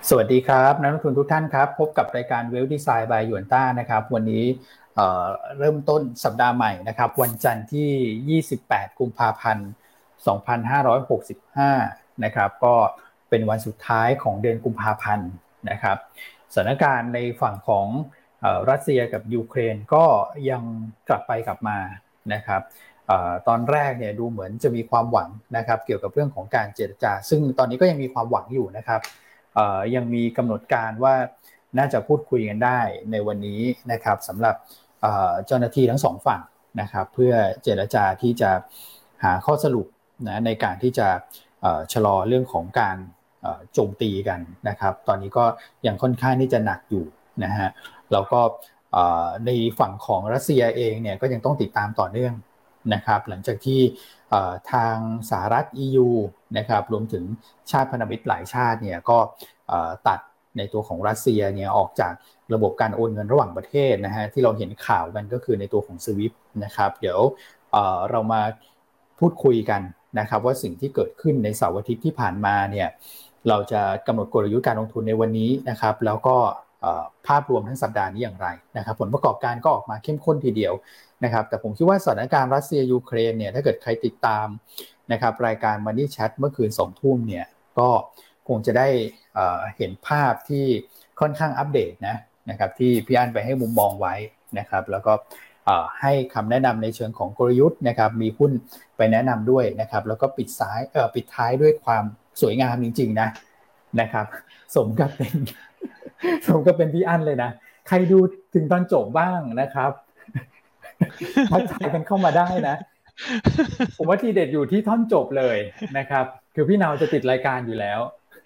สวัสดีครับนักลงทุนทุกท่านครับพบกับรายการ Wealth Design by หยวนต้านะครับวันนี้เอ่อเริ่มต้นสัปดาห์ใหม่นะครับวันจันทร์ที่28กุมภาพันธ์2565นะครับก็เป็นวันสุดท้ายของเดือนกุมภาพันธ์นะครับสถานการณ์ในฝั่งของรัสเซียกับยูเครนก็ยังกลับไปกลับมานะครับตอนแรกเนี่ยดูเหมือนจะมีความหวังนะครับเกี่ยวกับเรื่องของการเจรจาซึ่งตอนนี้ก็ยังมีความหวังอยู่นะครับยังมีกำหนดการว่าน่าจะพูดคุยกันได้ในวันนี้นะครับสำหรับเจ้าหน้าที่ทั้งสองฝั่งนะครับเพื่อเจรจาที่จะหาข้อสรุปนะในการที่จะชะลอเรื่องของการโจมตีกันนะครับตอนนี้ก็ยังค่อนข้างที่จะหนักอยู่นะฮะแล้วก็ในฝั่งของรัสเซียเองเนี่ยก็ยังต้องติดตามต่อเนื่องนะครับหลังจากที่ทางสหรัฐ EU นะครับรวมถึงชาติพันธมิตรหลายชาติเนี่ยก็ตัดในตัวของรัสเซียเนี่ยออกจากระบบการโอนเงินระหว่างประเทศนะฮะที่เราเห็นข่าวกันก็คือในตัวของ SWIFT นะครับเดี๋ยวเรามาพูดคุยกันนะครับว่าสิ่งที่เกิดขึ้นในเสาร์อาทิตย์ที่ผ่านมาเนี่ยเราจะกำหนดกลยุทธ์การลงทุนในวันนี้นะครับแล้วก็ภาพรวมทั้งสัปดาห์นี้อย่างไรนะครับผลประกอบการก็ออกมาเข้มข้นทีเดียวนะครับแต่ผมคิดว่าสถานการณ์รัสเซียยูเครนเนี่ยถ้าเกิดใครติดตามนะครับรายการ Money Chat เมื่อคืน 20:00 นเนี่ยก็คงจะได้เห็นภาพที่ค่อนข้างอัปเดตนะครับที่พี่อั้นไปให้มุมมองไว้นะครับแล้วก็ให้คำแนะนำในเชิงของกลยุทธ์นะครับมีหุ้นไปแนะนำด้วยนะครับแล้วก็ปิดท้ายด้วยความสวยงามจริงๆนะครับสมกับเป็นพี่อั้นเลยนะใครดูถึงตอนจบบ้างนะครับทักทายกันเข้ามาได้นะผมว่าทีเด็ดอยู่ที่ท่อนจบเลยนะครับคือพี่นาวจะติดรายการอยู่แล้ว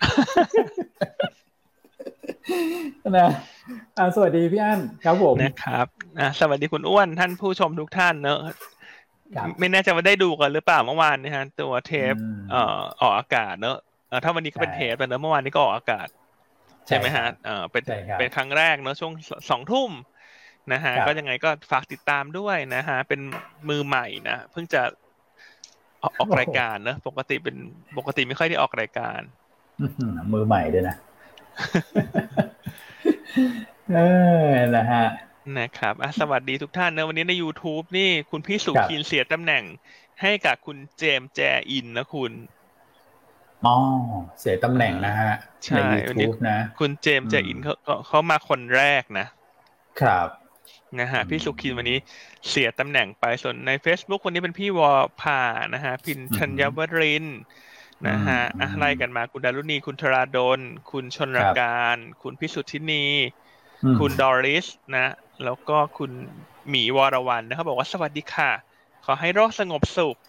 นะสวัสดีพี่อั้นครับผมนะครับสวัสดีคุณอ้วนท่านผู้ชมทุกท่านเนอะไม่แน่ใจว่าได้ดูกันหรือเปล่าเมื่อวานนี่ฮะตัวเทปออกอากาศเนอะถ้าวันนี้ก็เป็นเทปเนอะเมื่อวานนี้ก็ออกอากาศใช่ไหมฮะเป็นครั้งแรกเนอะช่วง20:00 นนะฮะก็ยังไงก็ฝากติดตามด้วยนะฮะเป็นมือใหม่นะเพิ่งจะออกรายการเนอะปกติไม่ค่อยได้ออกรายการมือใหม่ด้วยนะนะฮะนะครับสวัสดีทุกท่านนะวันนี้ใน YouTube นี่คุณพี่สุขินเสียตำแหน่งให้กับคุณเจมส์แจอินนะคุณเสียตำแหน่งนะฮะใน YouTube นะคุณเจมส์แจอินเขามาคนแรกนะครับนะฮะพี่สุขินวันนี้เสียตำแหน่งไปส่วนใน Facebook วันนี้เป็นพี่วอภานะฮะพินธัญวรินทร์นะฮะไล่กันมาคุณดารุณีคุณธราดลคุณชนรการคุณพิสุทธินีคุณดอริสนะแล้วก็คุณหมีวรวรรณนะครับบอกว่าสวัสดีค่ะขอให้โลกสงบสุข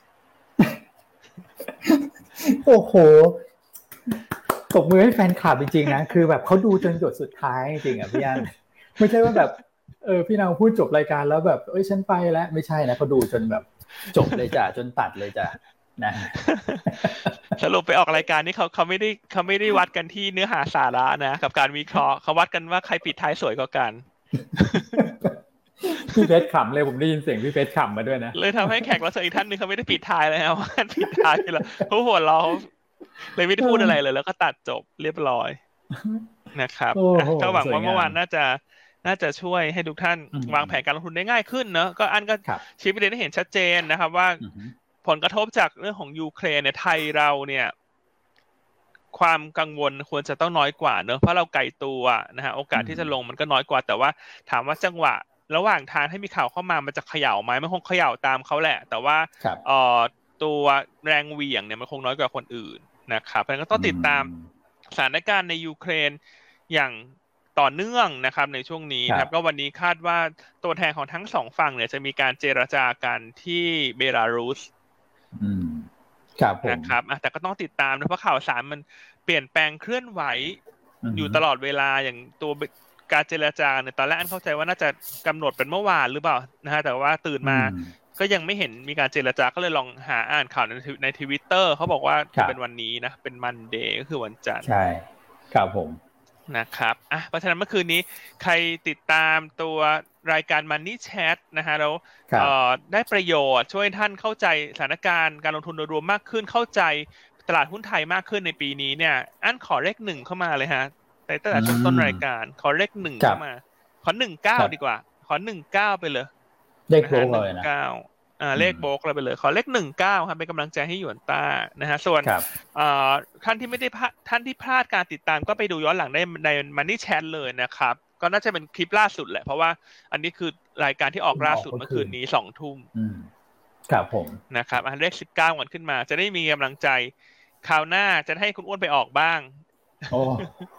โอ้โหตบมือให้แฟนคลับจริงๆนะคือแบบเขาดูจนหยดสุดท้ายจริงอ่ะพี่อั้นไม่ใช่ว่าแบบพี่นางพูดจบรายการแล้วแบบฉันไปแล้วไม่ใช่นะเขาดูจนแบบจบเลยจ้ะจนตัดเลยจ้ะนะสรุปไปออกรายการนี่เขาไม่ได้วัดกันที่เนื้อหาสาระนะกับการวิเคราะห์เขาวัดกันว่าใครปิดท้ายสวยกว่ากันพี่เพชรขำเลยผมได้ยินเสียงพี่เพชรขำมาด้วยนะเลยทำให้แขกรับเชิญอีกท่านนึงเขาไม่ได้ปิดท้ายแล้วปิดท้ายแล้วเพราะหัวเราเลยไม่ได้พูดอะไรเลยแล้วก็ตัดจบเรียบร้อยนะครับก็หวังว่าเมื่อวานน่าจะช่วยให้ทุกท่านวางแผนการลงทุนได้ง่ายขึ้นเนอะก็อันก็ชี้ประเด็นให้เห็นชัดเจนนะครับว่าผลกระทบจากเรื่องของยูเครนเนี่ยไทยเราเนี่ยความกังวลควรจะต้องน้อยกว่าเนอะเพราะเราไกลตัวนะฮะโอกาสที่จะลงมันก็น้อยกว่าแต่ว่าถามว่าจังหวะระหว่างทางให้มีข่าวเข้ามามันจะเขย่าไหมมันคงเขย่าตามเขาแหละแต่ว่าตัวแรงเหวี่ยงเนี่ยมันคงน้อยกว่าคนอื่นนะครับเพราะฉะนั้นก็ต้องติดตามสถานการณ์ในยูเครนอย่างต่อเนื่องนะครับในช่วงนี้นะครับก็วันนี้คาดว่าตัวแทนของทั้งสองฝั่งเนี่ยจะมีการเจรจากันที่เบลารุสนะครับแต่ก็ต้องติดตามนะเพราะข่าวสารมันเปลี่ยนแปลงเคลื่อนไหวอยู่ตลอดเวลาอย่างตัวการเจรจาเนี่ยตอนแรกอันเข้าใจว่าน่าจะกำหนดเป็นเมื่อวานหรือเปล่านะฮะแต่ว่าตื่นมาก็ยังไม่เห็นมีการเจรจาก็เลยลองหาอ่านข่าวใน Twitter เขาบอกว่าจะเป็นวันนี้นะเป็นมันเดย์ก็คือวันจันทร์ใช่ครับผมนะครับเพราะฉะนั้นเมื่อคืนนี้ใครติดตามตัวรายการ Money Chat นะฮะแล้วได้ประโยชน์ช่วยท่านเข้าใจสถานการณ์การลงทุนโดยรวมมากขึ้นเข้าใจตลาดหุ้นไทยมากขึ้นในปีนี้เนี่ยอันขอเลข1เข้ามาเลยฮะแต่ตั้งแต่ช่วงต้นรายการขอเลข1เข้ามาขอ19ดีกว่าขอ19ไปเลยเลขโบกเลยนะเลขโบกเราไปเลยขอเลข19ครับเป็นกำลังใจให้หยวนต้านะฮะส่วนท่านที่ไม่ได้ท่านที่พลาดการติดตามก็ไปดูย้อนหลังได้ใน Money Chat เลยนะครับก็น่าจะเป็นคลิปล่าสุดแหละเพราะว่าอันนี้คือรายการที่ออกล่าสุดเมื่อคืนนี้20:00 นครับผมนะครับเลข19วันขึ้นมาจะได้มีกำลังใจคราวหน้าจะให้คุณอ้วนไปออกบ้างโอ้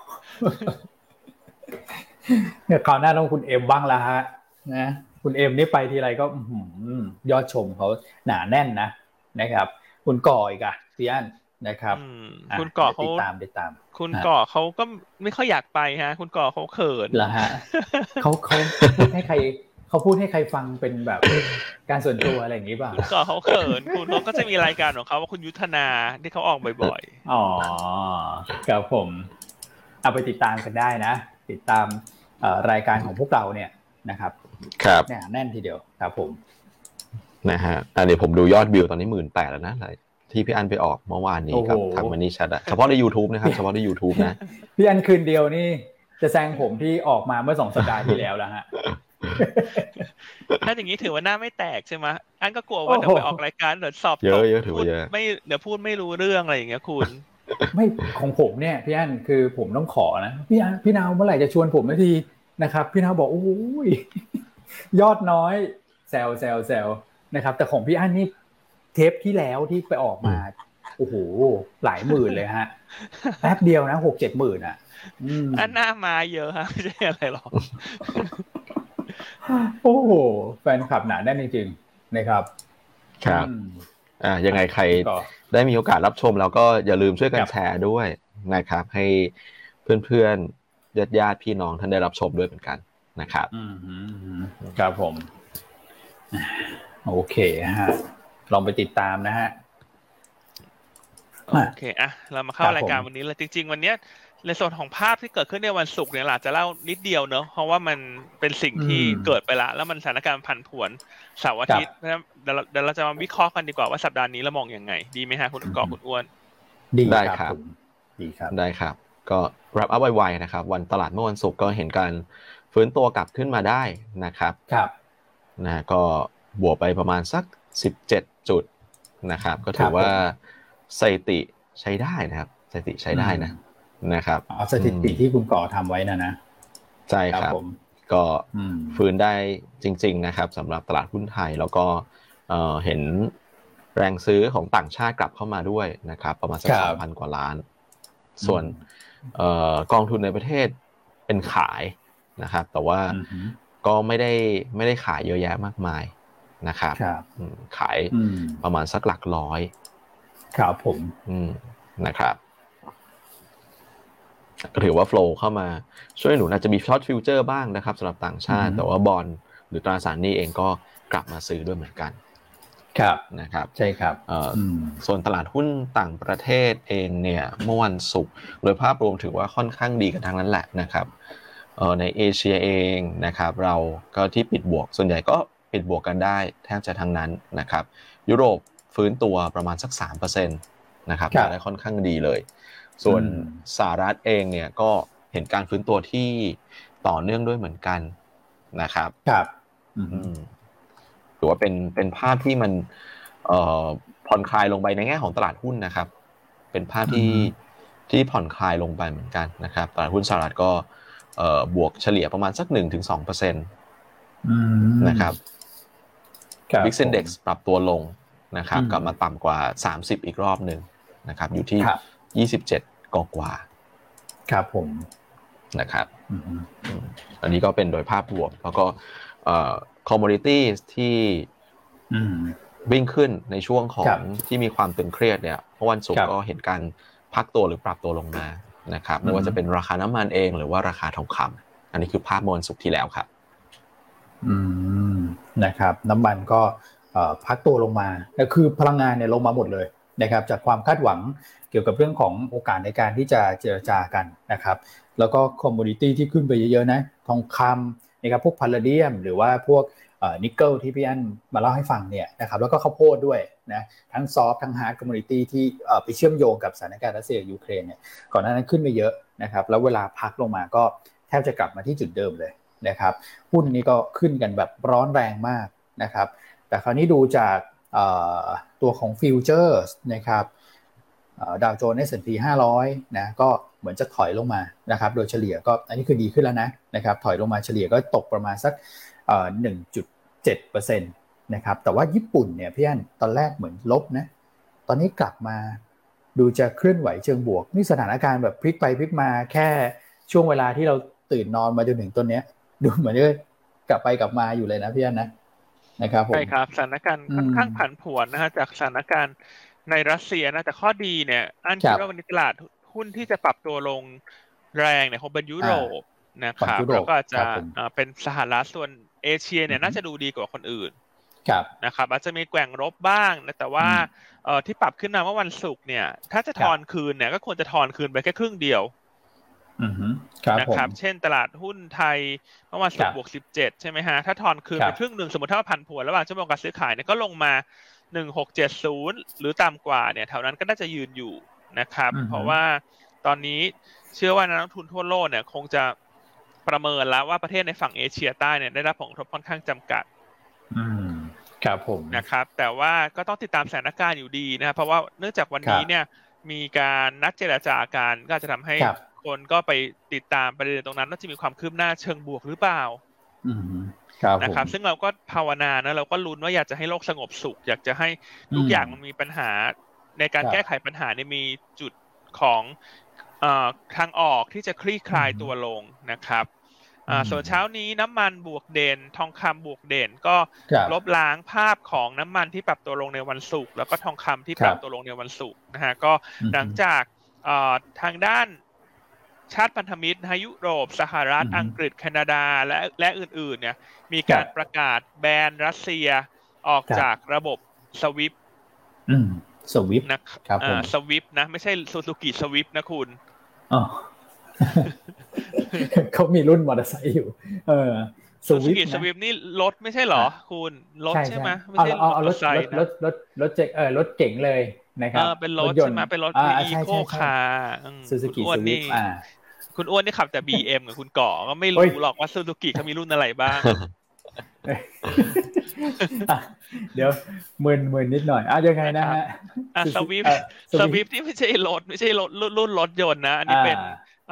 เนี่ยคราวหน้าต้องคุณเอ็มบ้างละฮะนะคุณเอ็มนี่ไปทีไรก็ยอดชมเขาหนาแน่นนะครับคุณก่ออีกพี่อั้นนะครับคุณก่อเขาติดตามคุณก่อเขาก็ไม่ค่อยอยากไปฮะคุณก่อเขาเขินเหรอฮะเขาพูดให้ใครเขาพูดให้ใครฟังเป็นแบบการส่วนตัวอะไรอย่างนี้ป่ะคุณก่อเขาเขินคุณเขาก็จะมีรายการของเขาว่าคุณยุทธนาที่เขาออกบ่อยๆอ๋อครับผมเอาไปติดตามกันได้นะติดตามรายการของพวกเราเนี่ยนะครับครับเนี่ยแน่นทีเดียวครับผมนะฮะอันนี้ผมดูยอดวิวตอนนี้ 18,000 แล้วนะที่พี่อั้นไปออกเมื่อวานนี้ครับทางมันนี่ชัดเฉพาะใน YouTube นะครับเฉพาะใน YouTube นะพี่อั้นคืนเดียวนี่จะแซงผมที่ออกมาเมื่อ2 สัปดาห์ที่แล้วฮะถ้าอย่างนี้ถือว่าหน้าไม่แตกใช่ไหมอันก็กลัวว่าเดี๋ยวไปออกรายการเดี๋ยวสอบเยอะถือว่าเยอะไม่เดี๋ยวพูดไม่รู้เรื่องอะไรอย่างเงี้ยคุณไม่ของผมเนี่ยพี่อั้นคือผมต้องขอนะพี่นาวเมื่อไหร่จะชวนผมสักทีนะครับพี่นาวบอกโอ้ยยอดน้อยแซวนะครับแต่ของพี่อั้นนี่เทปที่แล้วที่ไปออกมาโอ้โหหลายหมื่นเลยฮะแป๊บเดียวนะ 6-7 หมื่นอันหน้ามาเยอะฮะไม่ใช่อะไรหรอกโอ้โหแฟนคลับหนาแน่นจริงๆนะครับครับยังไงใครได้มีโอกาสรับชมแล้วก็อย่าลืมช่วยกันแชร์ด้วยนะครับให้เพื่อนๆญาติพี่น้องท่านได้รับชมด้วยเหมือนกันนะครับครับผมโอเคฮะลองไปติดตามนะฮะโอเคเรามาเข้ารายการวันนี้เลยจริงๆวันนี้ในส่วนของภาพที่เกิดขึ้นในวันศุกร์เนี่ยอาจจะเล่านิดเดียวเนอะเพราะว่ามันเป็นสิ่งที่เกิดไปแล้วมันสถานการณ์ผันผวนเสาร์อาทิตย์นะเดี๋ยวเราจะมาวิเคราะห์กันดีกว่าว่าสัปดาห์นี้เรามองยังไงดีไหมฮะคุณก่อคุณอ้วนได้ครับได้ครับก็ wrap up ไวๆนะครับวันตลาดเมื่อวันศุกร์ก็เห็นการฟื้นตัวกลับขึ้นมาได้นะครับนะก็บวกไปประมาณสัก17 จุดนะครับก็ถือว่าสถิติใช้ได้นะครับสถิติใช้ได้นะครับสถิติที่คุณก่อทำไว้นะใช่ครับก็ฟื้นได้จริงๆนะครับสำหรับตลาดหุ้นไทยแล้วก็เห็นแรงซื้อของต่างชาติกลับเข้ามาด้วยนะครับประมาณสัก 2,000 กว่าล้านส่วนกองทุนในประเทศเป็นขายนะครับแต่ว่าก็ไม่ได้ขายเยอะแยะมากมายนะครับขายประมาณสักหลักร้อยครับผมนะครับก็ถือว่าโฟลว์เข้ามาช่วยหนุนอาจจะมีช็อตฟิวเจอร์บ้างนะครับสำหรับต่างชาติแต่ว่าบอนด์หรือตราสารหนี้เองก็กลับมาซื้อด้วยเหมือนกันครับนะครับใช่ครับส่วนตลาดหุ้นต่างประเทศเองเนี่ยเมื่อวันศุกร์โดยภาพรวมถือว่าค่อนข้างดีกันทั้งนั้นแหละนะครับในเอเชียเองนะครับเราก็ที่ปิดบวกส่วนใหญ่ก็ปิดบวกกันได้แทบจะทั้งนั้นนะครับยุโรปฟื้นตัวประมาณสัก 3% นะครับได้ค่อนข้างดีเลยส่วนสหรัฐเองเนี่ยก็เห็นการฟื้นตัวที่ต่อเนื่องด้วยเหมือนกันนะครับครับถือว่าเป็นภาพที่มันผ่อนคลายลงไปในแง่ของตลาดหุ้นนะครับเป็นภาพที่ผ่อนคลายลงไปเหมือนกันนะครับตลาดหุ้นสหรัฐก็บวกเฉลี่ยประมาณสัก 1-2% นะครับBig Index ปรับตัวลงนะครับกลับมาต่ำกว่า30อีกรอบนึงนะครับอยู่ที่27กว่าครับผมนะครับอันนี้ก็เป็นโดยภาพรวมแล้วก็commodities ที่วิ่งขึ้นในช่วงของที่มีความตึงเครียดเนี่ยเมื่อวันศุกร์ก็เห็นการพักตัวหรือปรับตัวลงมานะครับไม่ว่าจะเป็นราคาน้ำมันเองหรือว่าราคาทองคำอันนี้คือภาพเมื่อวันศุกร์ที่แล้วครับนะครับน้ำมันก็พักตัวลงมาก็คือพลังงานเนี่ยลงมาหมดเลยนะครับจากความคาดหวังเกี่ยวกับเรื่องของโอกาสในการที่จะเจรจากันนะครับแล้วก็คอมโมดิตี้ที่ขึ้นไปเยอะๆนะทองคำนะครับพวกพาลาเดียมหรือว่าพวกนิกเกิลที่พี่อั้นมาเล่าให้ฟังเนี่ยนะครับแล้วก็ข้าวโพดด้วยนะทั้งซอฟทั้งฮาร์ดคอมมูนิตี้ที่ไปเชื่อมโยงกับสถานการณ์รัสเซียยูเครนเนี่ยก่อนหน้านั้นขึ้นไปเยอะนะครับแล้วเวลาพักลงมาก็แทบจะกลับมาที่จุดเดิมเลยนะครับหุ้นนี้ก็ขึ้นกันแบบร้อนแรงมากนะครับแต่คราวนี้ดูจากตัวของฟิวเจอร์สนะครับดาวโจนส์ S&P 500นะก็เหมือนจะถอยลงมานะครับโดยเฉลี่ยก็อันนี้คือดีขึ้นแล้วนะครับถอยลงมาเฉลี่ยก็ตกประมาณสัก1.7% นะครับแต่ว่าญี่ปุ่นเนี่ยพี่อั้นตอนแรกเหมือนลบนะตอนนี้กลับมาดูจะเคลื่อนไหวเชิงบวกนี่สถานการณ์แบบพลิกไปพลิกมาแค่ช่วงเวลาที่เราตื่นนอนมาจนถึงต้นเนี้ยดูเหมือนจะกลับไปกลับมาอยู่เลยนะพี่อั้นนะครับผมใช่ครับสถานการณ์ค่อนข้างผันผวนนะฮะจากสถานการณ์ในรัสเซียนะแต่ข้อดีเนี่ยอันคิดว่าวันนี้ตลาดหุ้นที่จะปรับตัวลงแรงเนี่ยคงเป็นยุโรปนะครับแล้วก็จะเป็นสหรัฐส่วนเอเชียเนี่ยน่าจะดูดีกว่าคนอื่นนะครับอาจจะมีแกว่งลบบ้างนะแต่ว่าที่ปรับขึ้นมาเมื่อวันศุกร์เนี่ยถ้าจะทอนคืนเนี่ยก็ควรจะทอนคืนไปแค่ครึ่งเดียวนะครับเช่นตลาดหุ้นไทยเมื่อวันศุกร์บวก17ใช่ไหมฮะถ้าทอนคืนไปครึ่งหนึ่งสมมติถ้าผันผวนระหว่างชั่วโมงการซื้อขายเนี่ยก็ลงมา1670หรือต่ำกว่าเนี่ยแถวนั้นก็น่าจะยืนอยู่นะครับเพราะว่าตอนนี้เชื่อว่านักลงทุนทั่วโลกเนี่ยคงจะประเมินแล้วว่าประเทศในฝั่งเอเชียใต้เนี่ยได้รับผลกระทบค่อนข้างจำกัดครับผมนะครับแต่ว่าก็ต้องติดตามสถานการณ์อยู่ดีนะครับเพราะว่าเนื่องจากวันนี้เนี่ยมีการนัดเจรจากันก็จะทำให้คนก็ไปติดตามประเด็นตรงนั้นว่าจะมีความคืบหน้าเชิงบวกหรือเปล่านะครับซึ่งเราก็ภาวนานะเราก็ลุ้นว่าอยากจะให้โลกสงบสุขอยากจะให้ทุกอย่างมันมีปัญหาในการแก้ไขปัญหาเนี่ยมีจุดของทางออกที่จะคลี่คลายตัวลงนะครับส่วนเช้านี้น้ำมันบวกเด่นทองคำบวกเด่นก็ลบล้างภาพของน้ำมันที่ปรับตัวลงในวันศุกร์แล้วก็ทองคำที่ปรับตัวลงในวันศุกร์นะฮะก็หลังจากทางด้านชาติพันธมิตรนะยุโรปสหรัฐอังกฤษแคนาดาและอื่นๆเนี่ยมีการประกาศแบนรัสเซียออกจากระบบสวิฟต์นะครับสวิฟต์นะไม่ใช่ซูซูกิสวิฟต์นะคุณเขามีรุ่นมอเตอร์ไซค์อยู่ซูซูกิสวิฟต์นี่รถไม่ใช่หรอคุณรถใช่ไหมไม่ใช่มอเตอร์ไซค์นะรถเก๋งเลยนะครับเป็นรถใช่ไหมเป็นรถอีโคคาร์ซูซูกิสวิฟต์คุณอ้วนนี่ขับแต่ BM กับคุณก่อก็ไม่รู้หรอกว่าซูซูกิเขามีรุ่นอะไรบ้างเดี๋ยวมึนนิดหน่อยยังไงนะฮะสวิฟที่ไม่ใช่รถรุ่นรถยนต์นะอันนี้เป็น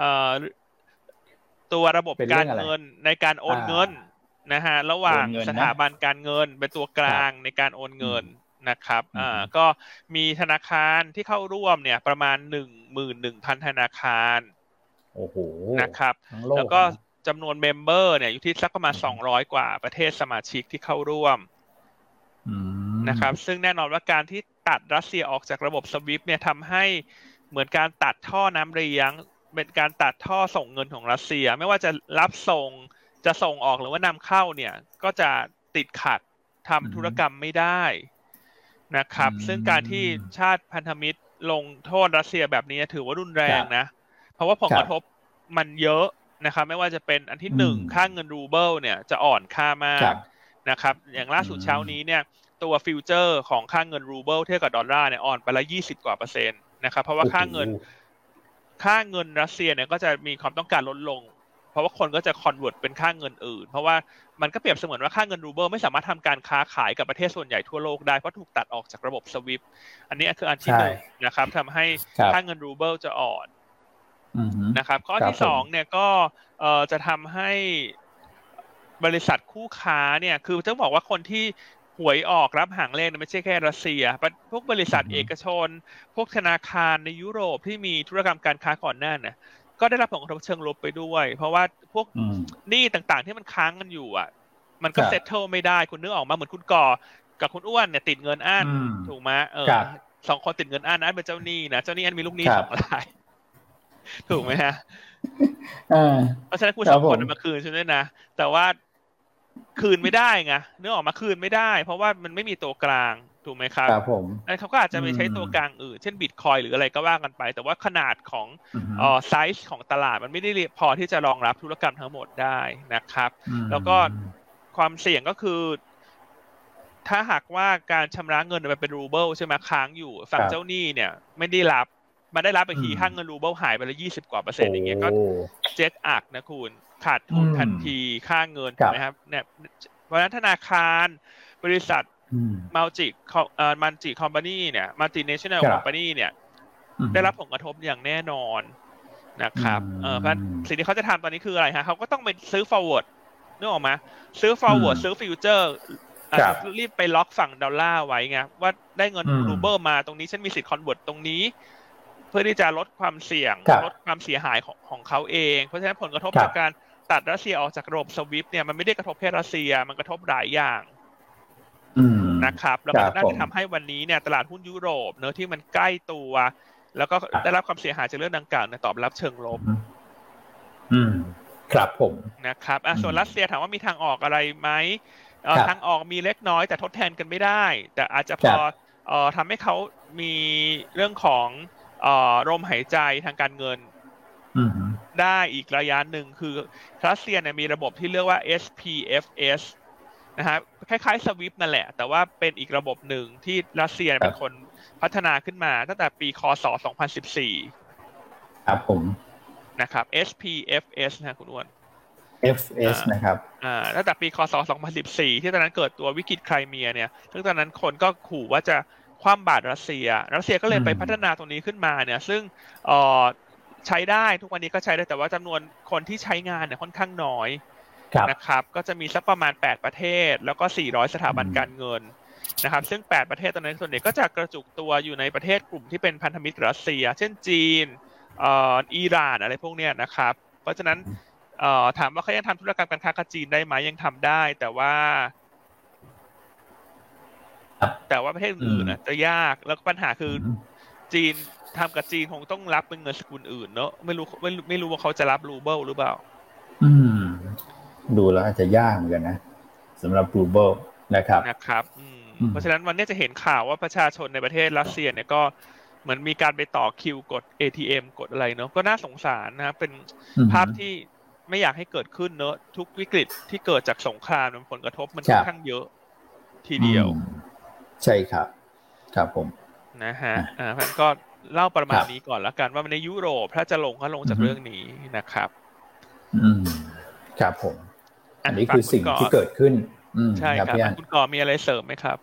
ตัวระบบการเงินในการโอนเงินนะฮะระหว่างสถาบันการเงินเป็นตัวกลางในการโอนเงินนะครับก็มีธนาคารที่เข้าร่วมเนี่ยประมาณ 11,000 ธนาคารโอ้โหนะครับแล้วก็จำนวนเมมเบอร์เนี่ยอยู่ที่สักประมาณ200กว่าประเทศสมาชิกที่เข้าร่วมนะครับซึ่งแน่นอนว่าการที่ตัดรัสเซียออกจากระบบสวิฟต์เนี่ยทำให้เหมือนการตัดท่อน้ำเลี้ยงเป็นการตัดท่อส่งเงินของรัสเซียไม่ว่าจะรับส่งจะส่งออกหรือว่านำเข้าเนี่ยก็จะติดขัดทำธุรกรรมไม่ได้นะครับซึ่งการที่ชาติพันธมิตรลงโทษรัสเซียแบบนี้ถือว่ารุนแรงนะเพราะว่าผลกระทบมันเยอะนะครับไม่ว่าจะเป็นอันที่1ค่าเงินรูเบิลเนี่ยจะอ่อนค่ามากนะครับอย่างล่าสุดเช้านี้เนี่ยตัวฟิวเจอร์ของค่าเงินรูเบิลเทียบกับดอลลาร์เนี่ยอ่อนไปละ20กว่า%นะครับเพราะว่าค่าเงินรัสเซียเนี่ยก็จะมีความต้องการลดลงเพราะว่าคนก็จะคอนเวิร์ตเป็นค่าเงินอื่นเพราะว่ามันก็เปรียบเสมือนว่าค่าเงินรูเบิลไม่สามารถทำการค้าขายกับประเทศส่วนใหญ่ทั่วโลกได้เพราะถูกตัดออกจากระบบสวิฟต์อันนี้คืออันที่1นะครับทำให้ค่าเงินรูเบิลจะอ่อนนะครับข้อที่2เนี่ยก็จะทำให้บริษัทคู่ค้าเนี่ยคือต้องบอกว่าคนที่หวยออกรับหางเลขไม่ใช่แค่รัสเซียพวกบริษัทเอกชนพวกธนาคารในยุโรปที่มีธุรกรรมการค้าก่อนหน้าเนี่ยก็ได้รับผลกระทบเชิงลบไปด้วยเพราะว่าพวกหนี้ต่างๆที่มันค้างกันอยู่อ่ะมันก็เซตเทิลไม่ได้คุณนึกออกมาเหมือนคุณก่อกับคุณอ้วนเนี่ยติดเงินอั้นถูกไหม2คนติดเงินอั้นเป็นเจ้าหนี้นะเจ้าหนี้อันมีลูกหนี้2รายถูกไหมฮะเพราะฉะนั้นคุณ2คนมาคืนใช่ไหมนะแต่ว่าคืนไม่ได้ไงนึกออกมาคืนไม่ได้เพราะว่ามันไม่มีตัวกลางถูกไหมครับครับผมแล้วเขาก็อาจจะไปใช้ตัวกลางอื่นเช่นบิตคอยหรืออะไรก็ว่ากันไปแต่ว่าขนาดของไซส์ของตลาดมันไม่ได้พอที่จะรองรับธุรกรรมทั้งหมดได้นะครับแล้วก็คความเสี่ยงก็คือถ้าหากว่าการชำระเงินมันเป็นรูเบิลใช่ไหมค้างอยู่ฝั่งเจ้าหนี้เนี่ยไม่ได้รับมาได้รับอีกทีค่าเงินรูเบิลหายไปแล้ว20%อย่างเงี้ยก็เจ๊กอักนะคุณขาดทุนทันทีค่าเงินถูกไหมครับเนี่ยเพราะฉะนั้นธนาคารบริษัทมัลติคอมพานีเนี่ยมัลติเนชั่นแนลคอมพานีเนี่ยได้รับผลกระทบอย่างแน่นอนนะครับเพราะสิ่งที่เขาจะทำตอนนี้คืออะไรฮะเขาก็ต้องไปซื้อ forward นึกออกไหมซื้อ forward ซื้อ future อาจจะรีบไปล็อกฝั่งดอลลาร์ไว้ไงว่าได้เงินรูเบิลมาตรงนี้ฉันมีสิทธิ์คอนเวิร์ตตรงนี้เพื่อที่จะลดความเสี่ยงลดความเสียหายของเขาเองเพราะฉะนั้นผลกระทบจากการตัดรัสเซียออกจากระบบสวิฟต์เนี่ยมันไม่ได้กระทบแค่รัสเซียมันกระทบหลายอย่างนะครับแล้วมันน่าจะทำให้วันนี้เนี่ยตลาดหุ้นยุโรปเนอะที่มันใกล้ตัวแล้วก็ได้รับความเสียหายจากเรื่องดังกล่าวเนี่ยตอบรับเชิงลบครับผมนะครับส่วนรัสเซียถามว่ามีทางออกอะไรไหมทางออกมีเล็กน้อยแต่ทดแทนกันไม่ได้แต่อาจจะพอทำให้เขามีเรื่องของลมหายใจทางการเงินได้อีกระยะหนึ่งคือรัสเซียเนี่ยมีระบบที่เรียกว่า SPFS นะฮะคล้ายๆ SWIFT นั่นแหละแต่ว่าเป็นอีกระบบหนึ่งที่รัสเซียเป็นคนพัฒนาขึ้นมาตั้งแต่ปีค.ศ. 2014 ครับผมนะครับ SPFS นะคุณอ้วน FS นะครับตั้งแต่ปีค.ศ. 2014ที่ตอนนั้นเกิดตัววิกฤตไครเมียเนี่ยซึ่งตอนนั้นคนก็ขู่ว่าจะคว่ำบาตรรัสเซียก็เลยไปพัฒนาตรงนี้ขึ้นมาเนี่ยซึ่งใช้ได้ทุกวันนี้ก็ใช้ได้แต่ว่าจำนวนคนที่ใช้งานเนี่ยค่อนข้างน้อยนะครับก็จะมีสักประมาณ8ประเทศแล้วก็400สถาบันการเงินนะครับซึ่ง8ประเทศตอนนั้นส่วนใหญ่ก็จะกระจุกตัวอยู่ในประเทศกลุ่มที่เป็นพันธมิตรรัสเซียเช่นจีนอิหร่านอะไรพวกเนี้ยนะครับเพราะฉะนั้นถามว่าเขายังทำธุรกรรมการค้ากับจีนได้ไหมยังทำได้แต่ว่าประเทศอื่นๆจะยากแล้วก็ปัญหาคือจีนทำกับจีนคงต้องรับเป็นเงินสกุลอื่นเนอะไม่รู้ว่าเขาจะรับรูเบิลหรือเปล่าดูแล้วอาจจะยากเหมือนกันนะสำหรับรูเบิลนะครับเพราะฉะนั้นวันนี้จะเห็นข่าวว่าประชาชนในประเทศรัสเซียเนี่ยก็เหมือนมีการไปต่อคิวกด ATM กดอะไรเนอะก็น่าสงสารนะครับเป็นภาพที่ไม่อยากให้เกิดขึ้นเนอะทุกวิกฤตที่เกิดจากสงครามผลกระทบมันค่อนข้างเยอะทีเดียวใช่ครับครับผมนะฮะพันก็เล่าประมาณนี้ก่อนแล้วกันว่าในยุโรปถ้าจะลงก็ลงจากเรื่องนี้นะครับครับผมอันนี้คือสิ่งที่เกิดขึ้นใช่ครับคุณก่อมีอะไรเสริมไหมครับ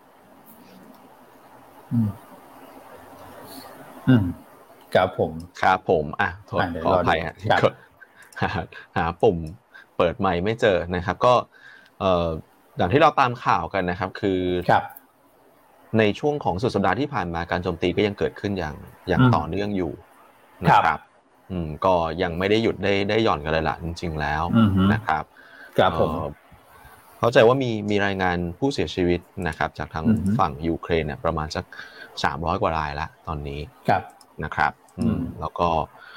ครับผมขออภัยหาปุ่มเปิดไมค์ไม่เจอนะครับก็อย่างที่เราตามข่าวกันนะครับคือในช่วงของสุดสัปดาห์ที่ผ่านมาการโจมตีก็ยังเกิดขึ้นอย่างต่อเนื่องอยู่นะครับก็ยังไม่ได้หยุดได้หย่อนกันเลยล่ะจริงๆแล้วนะครับครับผมเข้าใจว่ามีรายงานผู้เสียชีวิตนะครับจากทางฝั่งยูเครนเนี่ยประมาณสัก300กว่ารายละตอนนี้นะครับแล้วก็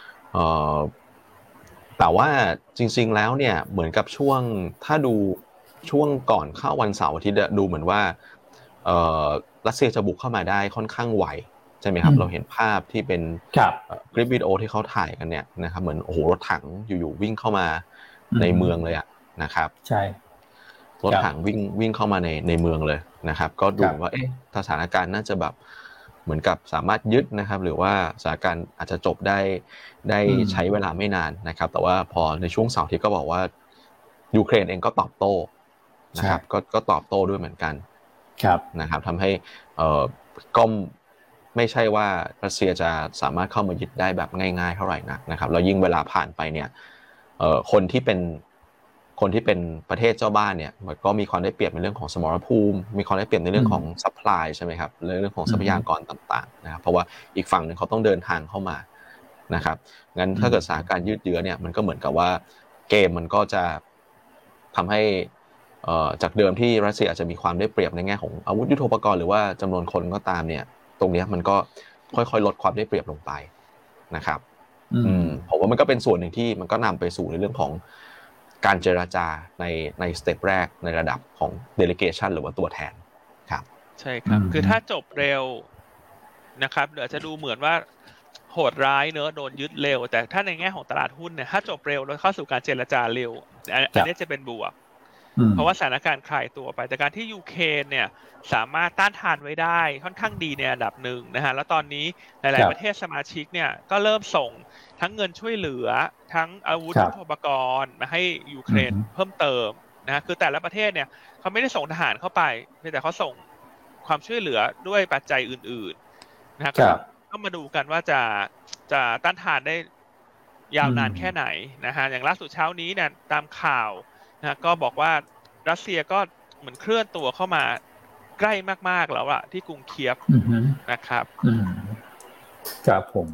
แต่ว่าจริงๆแล้วเนี่ยเหมือนกับถ้าดูช่วงก่อนเข้าวันเสาร์อาทิตย์ดูเหมือนว่ารัสเซียจะบุกเข้ามาได้ค่อนข้างไวใช่ไหมครับเราเห็นภาพที่เป็นคลิปวิดีโอที่เขาถ่ายกันเนี่ยนะครับเหมือนโอ้โหรถถังอยู่ๆวิ่งเข้ามาในเมืองเลยนะครับใช่รถถังวิ่งเข้ามาในเมืองเลยนะครับก็ดูว่าสถานการณ์น่าจะแบบเหมือนกับสามารถยึดนะครับหรือว่าสถานการณ์อาจจะจบได้ใช้เวลาไม่นานนะครับแต่ว่าพอในช่วงเสาร์ที่ก็บอกว่ายูเครนเองก็ตอบโต้นะครับก็ตอบโต้ด้วยเหมือนกันนะครับทำให้ก็ไม่ใช่ว่ารัสเซียจะสามารถเข้ามายึดได้แบบง่ายๆเท่าไหร่นะครับแล้วยิ่งเวลาผ่านไปเนี่ยคนที่เป็นประเทศเจ้าบ้านเนี่ยมันก็มีความได้เปรียบในเรื่องของสมรภูมิมีความได้เปรียบในเรื่องของซัพพลายใช่ไหมครับเรื่องของทรัพยากรต่างๆนะครับเพราะว่าอีกฝั่งนึงเขาต้องเดินทางเข้ามานะครับงั้นถ้าเกิดสถานการณ์ยืดเยื้อเนี่ยมันก็เหมือนกับว่าเกมมันก็จะทำให้จากเดิมที่รัสเซียอาจจะมีความได้เปรียบในแง่ของอาวุธยุทโธปกรณ์หรือว่าจำนวนคนก็ตามเนี่ยตรงนี้มันก็ค่อยๆลดความได้เปรียบลงไปนะครับผมว่ามันก็เป็นส่วนหนึ่งที่มันก็นำไปสู่ในเรื่องของการเจรจาในสเต็ปแรกในระดับของ delegation หรือว่าตัวแทนครับใช่ครับคือถ้าจบเร็วนะครับเดี๋ยวจะดูเหมือนว่าโหดร้ายเนอะโดนยึดเร็วแต่ถ้าในแง่ของตลาดหุ้นเนี่ยถ้าจบเร็วแล้วเข้าสู่การเจรจาเร็วอันนี้จะเป็นบวกเพราะว่าสถานการณ์คลายตัวไปแต่การที่ยูเครนเนี่ยสามารถต้านทานไว้ได้ค่อนข้างดีในอันดับหนึ่งนะฮะแล้วตอนนี้หลายๆประเทศสมาชิกเนี่ยก็เริ่มส่งทั้งเงินช่วยเหลือทั้งอาวุธยุทโธปกรณ์มาให้ยูเครนเพิ่มเติมนะฮะคือแต่ละประเทศเนี่ยเขาไม่ได้ส่งทหารเข้าไปแต่เขาส่งความช่วยเหลือด้วยปัจจัยอื่นๆนะฮะก็มาดูกันว่าจะต้านทานได้ยาวนานแค่ไหนนะฮะอย่างล่าสุดเช้านี้เนี่ยตามข่าวนะก็บอกว่ารัสเซียก็เหมือนเคลื่อนตัวเข้ามาใกล้มากๆแล้วอะที่กรุงเคียฟนะครับครับผม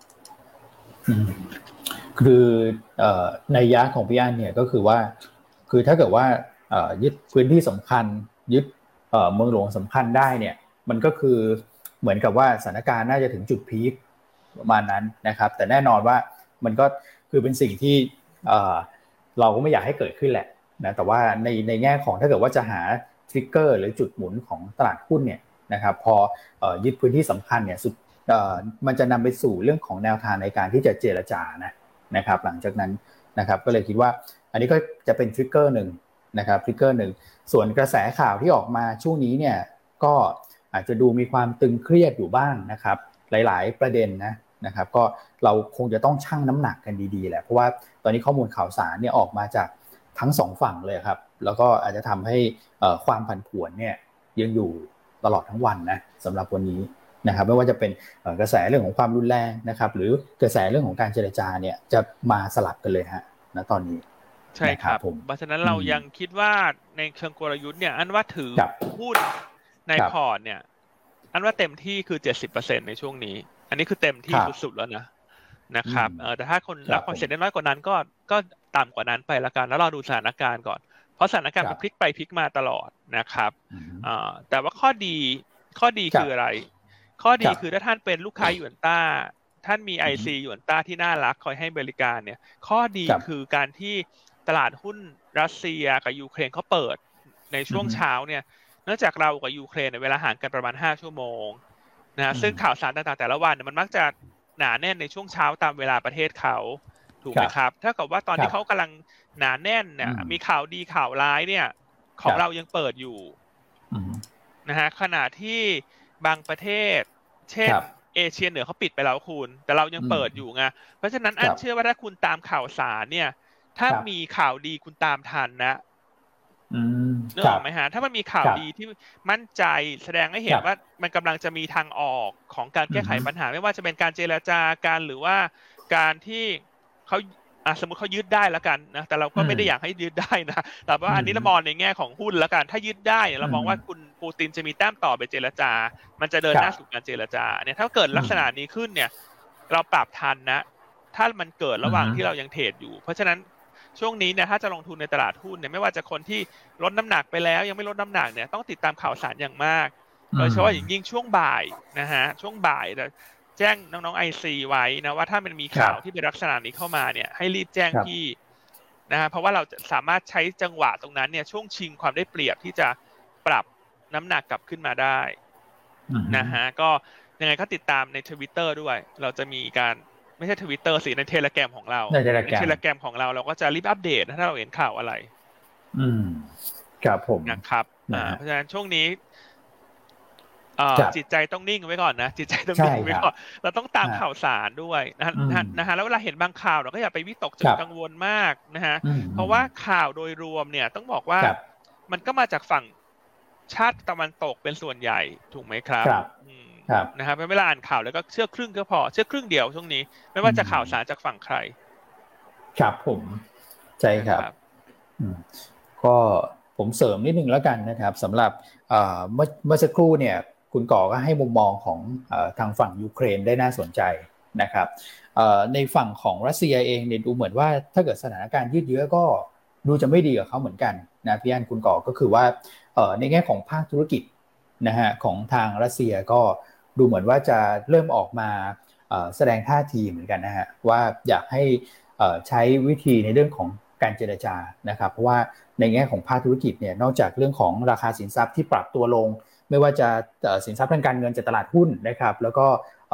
คือนัยยะของพี่อั้นเนี่ยก็คือว่าคือถ้าเกิดว่ายึดพื้นที่สำคัญยึดเมืองหลวงสำคัญได้เนี่ยมันก็คือเหมือนกับว่าสถานการณ์น่าจะถึงจุดพีคประมาณนั้นนะครับแต่แน่นอนว่ามันก็คือเป็นสิ่งที่เราก็ไม่อยากให้เกิดขึ้นแหละนะแต่ว่าในแง่ของถ้าเกิดว่าจะหาทริกเกอร์หรือจุดหมุนของตลาดหุ้นเนี่ยนะครับพอยึดพื้นที่สำคัญเนี่ยมันจะนำไปสู่เรื่องของแนวทางในการที่จะเจรจานะครับหลังจากนั้นนะครับก็เลยคิดว่าอันนี้ก็จะเป็นทริกเกอร์หนึ่งนะครับทริกเกอร์หนึ่งส่วนกระแสข่าวที่ออกมาช่วงนี้เนี่ยก็อาจจะดูมีความตึงเครียดอยู่บ้างนะครับหลายๆประเด็นนะครับก็เราคงจะต้องชั่งน้ำหนักกันดีๆแหละเพราะว่าตอนนี้ข้อมูลข่าวสารเนี่ยออกมาจากทั้งสองฝั่งเลยครับแล้วก็อาจจะทำให้ความผันผวนเนี่ยยังอยู่ตลอดทั้งวันนะสำหรับวันนี้นะครับไม่ว่าจะเป็นกระแสเรื่องของความรุนแรงนะครับหรือกระแสเรื่องของการเจรจาเนี่ยจะมาสลับกันเลยฮะณตอนนี้ใช่ครับเพราะฉะนั้นเรายังคิดว่าในเชิงกลยุทธ์เนี่ยอันว่าถือหุ้นในพอร์ตเนี่ยอันว่าเต็มที่คือ 70% ในช่วงนี้อันนี้คือเต็มที่สุดๆแล้วนะครับแต่ถ้าคนรับความเสี่ยงได้น้อยกว่านั้นก็ต่ำกว่านั้นไปละกันแล้วเราดูสถานการณ์ก่อนเพราะสถานการณ์มันพลิกไปพลิกมาตลอดนะครับแต่ว่าข้อดีคืออะไรข้อดีคือถ้าท่านเป็นลูกค้าหยวนต้าท่านมี IC หยวนต้าที่น่ารักคอยให้บริการเนี่ยข้อดีคือการที่ตลาดหุ้นรัสเซียกับยูเครนเขาเปิดในช่วงเช้าเนี่ยเนื่องจากเรากับยูเครนเวลาห่างกันประมาณ5ชั่วโมงนะซึ่งข่าวสารต่างๆแต่ละวันมันมักจะหนาแน่นในช่วงเช้าตามเวลาประเทศเขาถูกไหมครับถ้าเกิดว่าตอนที่เขากำลังหนาแน่นเนี่ยมีข่าวดีข่าวร้ายเนี่ยของเรายังเปิดอยู่นะฮะขณะที่บางประเทศเช่นเอเชียเหนือเขาปิดไปแล้วคุณแต่เรายังเปิดอยู่ไงเพราะฉะนั้นอันเชื่อว่าถ้าคุณตามข่าวสารเนี่ยถ้ามีข่าวดีคุณตามทันนะนึกออกไหมฮะถ้ามันมีข่าวดีที่มั่นใจแสดงให้เห็นว่ามันกำลังจะมีทางออกของการแก้ไขปัญหาไม่ว่าจะเป็นการเจรจาการหรือว่าการที่เขาสมมติเขายึดได้แล้วกันนะแต่เราก็ไม่ได้อยากให้ยึดได้นะแต่ว่าอันนี้เรามองในแง่ของหุ้นแล้วกันถ้ายึดได้เรามองว่าคุณปูตินจะมีแต้มต่อไปเจรจามันจะเดินหน้าสู่การเจรจาเนี่ยถ้าเกิดลักษณะนี้ขึ้นเนี่ยเราปรับทันนะถ้ามันเกิดระหว่างที่เรายังเทรดอยู่เพราะฉะนั้นช่วงนี้เนี่ยถ้าจะลงทุนในตลาดหุ้นเนี่ยไม่ว่าจะคนที่ลดน้ำหนักไปแล้วยังไม่ลดน้ำหนักเนี่ยต้องติดตามข่าวสารอย่างมากโดยเฉพาะอย่างยิ่งช่วงบ่ายนะฮะช่วงบ่ายแจ้งน้องๆ IC ไว้นะว่าถ้ามันมีข่าวที่เป็นลักษณะนี้เข้ามาเนี่ยให้รีบแจ้งพี่นะฮะเพราะว่าเราจะสามารถใช้จังหวะตรงนั้นเนี่ยช่วงชิงความได้เปรียบที่จะปรับน้ำหนักกลับขึ้นมาได้นะฮะก็ยังไงก็ติดตามใน Twitter ด้วยเราจะมีการไม่ใช่ Twitter สิใน Telegram ของเราใน Telegram ของเราก็จะรีบอัปเดตถ้าเราเห็นข่าวอะไรครับผมนะครับเพราะฉะนั้นช่วงนี้จิตใจต้องนิ่งไว้ก่อนนะจิตใจต้องนิ่งไว้ก่อนเราต้องตามข่าวสารด้วยนะฮะแล้วเวลาเห็นบางข่าวเราก็อย่าไปวิตกจนกังวลมากนะฮะเพราะว่าข่าวโดยรวมเนี่ยต้องบอกว่ามันก็มาจากฝั่งชาติตะวันตกเป็นส่วนใหญ่ถูกไหมครับนะครับเวลาอ่านข่าวแล้วก็เชื่อครึ่งก็พอเชื่อครึ่งเดียวช่วงนี้ไม่ว่าจะข่าวสารจากฝั่งใครครับผมใช่ครับก็ผมเสริมนิดนึงแล้วกันนะครับสำหรับเมื่อสักครู่เนี่ยคุณก่อก็ให้มุมมองของทางฝั่งยูเครนได้น่าสนใจนะครับในฝั่งของรัสเซียเองเนี่ยดูเหมือนว่าถ้าเกิดสถานการณ์ยืดเยื้อก็ดูจะไม่ดีกับเขาเหมือนกันนะพี่อั้นคุณก่อก็คือว่าในแง่ของภาคธุรกิจนะฮะของทางรัสเซียก็ดูเหมือนว่าจะเริ่มออกมาแสดงท่าทีเหมือนกันนะฮะว่าอยากให้ใช้วิธีในเรื่องของการเจรจานะครับเพราะว่าในแง่ของภาคธุรกิจเนี่ยนอกจากเรื่องของราคาสินทรัพย์ที่ปรับตัวลงไม่ว่าจะสินทรัพย์ทางการเงินจากตลาดหุ้นนะครับแล้วก็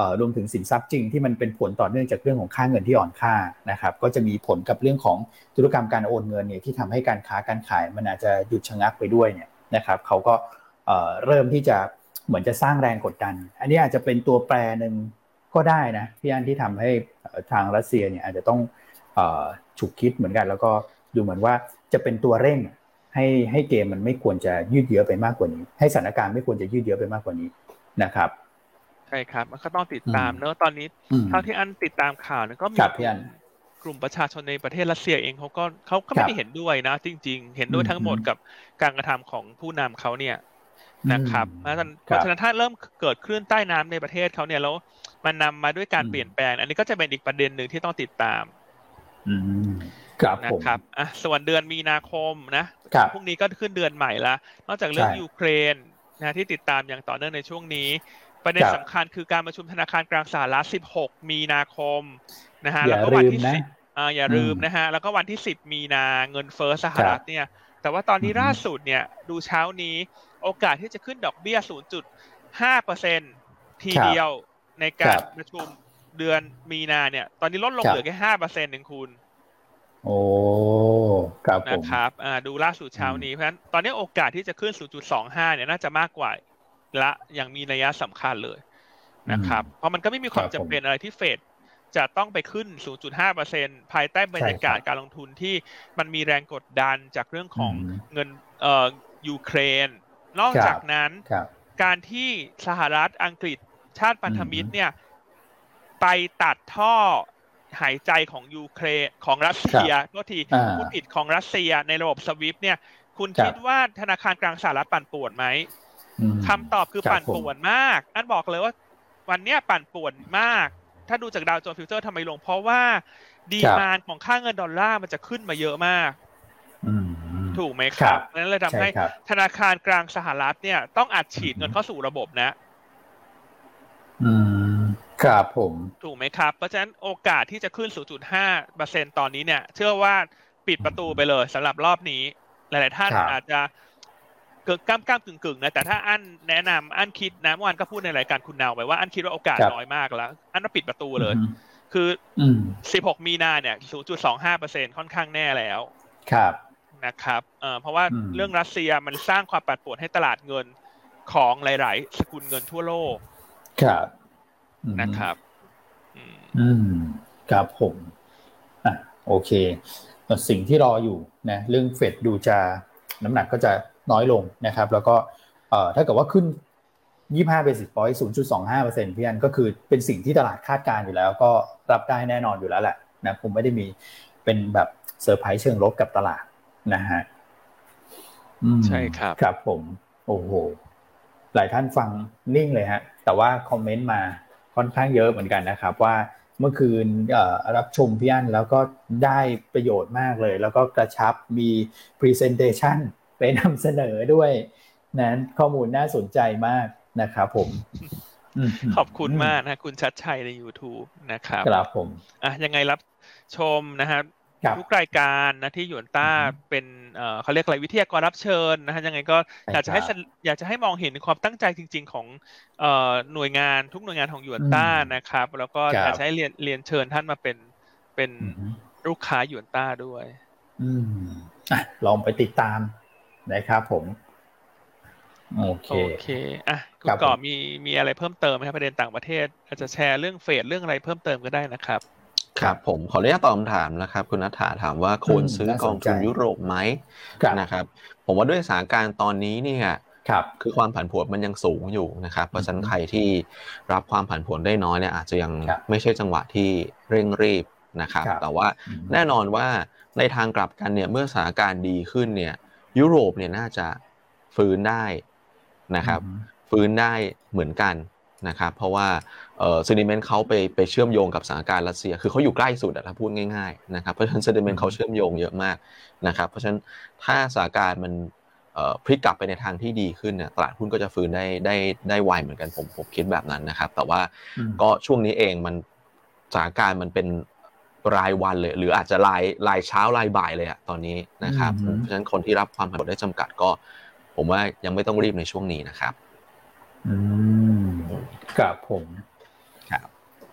รวมถึงสินทรัพย์จริงที่มันเป็นผลต่อเนื่องจากเรื่องของค่าเงินที่อ่อนค่านะครับก็จะมีผลกับเรื่องของธุรกรรมการโอนเงินเนี่ยที่ทำให้การค้าการขายมันอาจจะหยุดชะงักไปด้วยเนี่ยนะครับเขาก็เริ่มที่จะเหมือนจะสร้างแรงกดดันอันนี้อาจจะเป็นตัวแปรนึงก็ได้นะพี่อันที่ทำให้ทางรัสเซียเนี่ยอาจจะต้องฉุกคิดเหมือนกันแล้วก็ดูเหมือนว่าจะเป็นตัวเร่งให้เกมมันไม่ควรจะยืดเยื้อไปมากกว่านี้ให้สถานการณ์ไม่ควรจะยืดเยื้อไปมากกว่านี้นะครับใช่ครับมันก็ต้องติดตามเนอะตอนนี้เท่าที่อันติดตามข่าวเนี่ยก็มีกลุ่มประชาชนในประเทศรัสเซียเองเขาก็ไม่ได้เห็นด้วยนะจริงๆเห็นด้วยทั้งหมดกับการกระทำของผู้นำเขาเนี่ยนะครับเพราะฉะนั้นถ้าเริ่มเกิดคลื่นใต้น้ำในประเทศเขาเนี่ยแล้วมันนำมาด้วยการเปลี่ยนแปลงอันนี้ก็จะเป็นอีกประเด็นหนึ่งที่ต้องติดตามนะครับส่วนเดือนมีนาคมนะพรุ่งนี้ก็ขึ้นเดือนใหม่ละนอกจากเรื่องยูเครนนะที่ติดตามอย่างต่อเนื่องในช่วงนี้ประเด็นสำคัญคือการประชุมธนาคารกลางสหรัฐ16มีนาคมนะฮะแล้วก็วันที่10อย่าลืมนะฮะแล้วก็วันที่10มีนาเงินเฟ้อสหรัฐเนี่ยแต่ว่าตอนนี้ล่าสุดเนี่ยดูเช้านี้โอกาสที่จะขึ้นดอกเบี้ย 0.5% ทีเดียวในการประชุมเดือนมีนาเนี่ยตอนนี้ลดลงเหลือแค่ 5% เองคุณโอ้ครับผมนะครับดูล่าสุดเช้านี้เพราะฉะนั้นตอนนี้โอกาสที่จะขึ้น 0.25 เนี่ยน่าจะมากกว่าละอย่างมีนัยสำคัญเลยนะครับเพราะมันก็ไม่มีความจำเป็นอะไรที่เฟดจะต้องไปขึ้น 0.5% ภายใต้บรรยากาศการลงทุนที่มันมีแรงกดดันจากเรื่องของเงินยูเครนนอกจากนั้นการที่สหรัฐอังกฤษชาติพันธมิตรเนี่ยไปตัดท่อหายใจของยูเครนของรัสเซียโทษทีผู้ผิดของรัสเซียในระบบสวิฟต์เนี่ยคุณคิดว่าธนาคารกลางสหรัฐปั่นป่วนไหมคำตอบคือปั่นป่วนมากอันบอกเลยว่าวันนี้ปั่นป่วนมากถ้าดูจากดาวโจนส์ฟิวเจอร์ทำไมลงเพราะว่าดีมานด์ของค่าเงินดอลลาร์มันจะขึ้นมาเยอะมากถูกไหมครับนั้นเลยทำให้ธนาคารกลางสหรัฐเนี่ยต้องอัดฉีดเงินเข้าสู่ระบบครับผมถูกไหมครับเพราะฉะนั้นโอกาสที่จะขึ้น 0.5% ตอนนี้เนี่ยเชื่อว่าปิดประตูไปเลยสำหรับรอบนี้หลายๆท่านอาจจะเกิดก้ามกึ่งนะแต่ถ้าอันแนะนำอันคิดนะเมื่อวานก็พูดในรายการคุณนาวไปว่าอันคิดว่าโอกาสน้อยมากแล้วอันว่าปิดประตูเลยคือ16มีนาเนี่ย 0.25% ค่อนข้างแน่แล้วครับนะครับเพราะว่าเรื่องรัสเซียมันสร้างความปั่นป่วนให้ตลาดเงินของหลายๆสกุลเงินทั่วโลกครับนะครับครับผมโอเคสิ่งที่รออยู่นะเรื่องเฟดดูจะน้ำหนักก็จะน้อยลงนะครับแล้วก็ถ้าเกิดว่าขึ้น25 basis point 0.25% พี่อันก็คือเป็นสิ่งที่ตลาดคาดการณ์อยู่แล้วก็รับได้แน่นอนอยู่แล้วแหละนะผมไม่ได้มีเป็นแบบเซอร์ไพรส์เชิงลบกับตลาดนะฮะใช่ครับครับผมโอ้โหหลายท่านฟังนิ่งเลยฮะแต่ว่าคอมเมนต์มาค่อนข้างเยอะเหมือนกันนะครับว่าเมื่อคืนรับชมพี่อั้นแล้วก็ได้ประโยชน์มากเลยแล้วก็กระชับมี presentation ไปนำเสนอด้วยนั้นข้อมูลน่าสนใจมากนะครับผมขอบคุณมากนะคุณชัดชัยใน YouTube นะครับครับผมยังไงรับชมนะครับทุกรายการนะที่หยวนต้าเป็นเขาเรียกอะไรวิทยากรรับเชิญนะฮะยังไงก็อยากจะให้มองเห็นความตั้งใจจริงๆของหน่วยงานทุกหน่วยงานของหยวนต้านะครับแล้วก็อยากจะให้เรียนเชิญท่านมาเป็นลูกค้าหยวนต้าด้วยลองไปติดตามนะครับผมโอเคคุณก่อมีอะไรเพิ่มเติมไหมครับประเด็นต่างประเทศอาจจะแชร์เรื่องเฟดเรื่องอะไรเพิ่มเติมก็ได้นะครับครับผมขออนุญาตตอบคำถามนะครับคุณณัฐฐาถามว่าควรซื้อกองทุนยุโรปไหมนะครับผมว่าด้วยสถานการณ์ตอนนี้เนี่ยคือความผันผวนมันยังสูงอยู่นะครับเพราะฉะนั้นใครที่รับความผันผวนได้น้อยเนี่ยอาจจะยังไม่ใช่จังหวะที่เร่งรีบนะครับแต่ว่าแน่นอนว่าในทางกลับกันเนี่ยเมื่อสถานการณ์ดีขึ้นเนี่ยยุโรปเนี่ยน่าจะฟื้นได้นะครับฟื้นได้เหมือนกันนะครับเพราะว่าsentiment เขาไปเชื่อมโยงกับสถานการณ์รัสเซียคือเขาอยู่ใกล้สุดถ้าพูดง่ายๆนะครับเพราะฉะนั้น sentiment เขาเชื่อมโยงเยอะมากนะครับเพราะฉะนั้นถ้าสถานการณ์มันพลิกกลับไปในทางที่ดีขึ้นเนี่ยตลาดหุ้นก็จะฟื้นได้ไวเหมือนกันผมคิดแบบนั้นนะครับแต่ว่าก็ช่วงนี้เองมันสถานการณ์มันเป็นรายวันเลยหรืออาจจะรายเช้ารายบ่ายเลยอะตอนนี้นะครับเพราะฉะนั้นคนที่รับความผันผวนได้จำกัดก็ผมว่ายังไม่ต้องรีบในช่วงนี้นะครับครับผม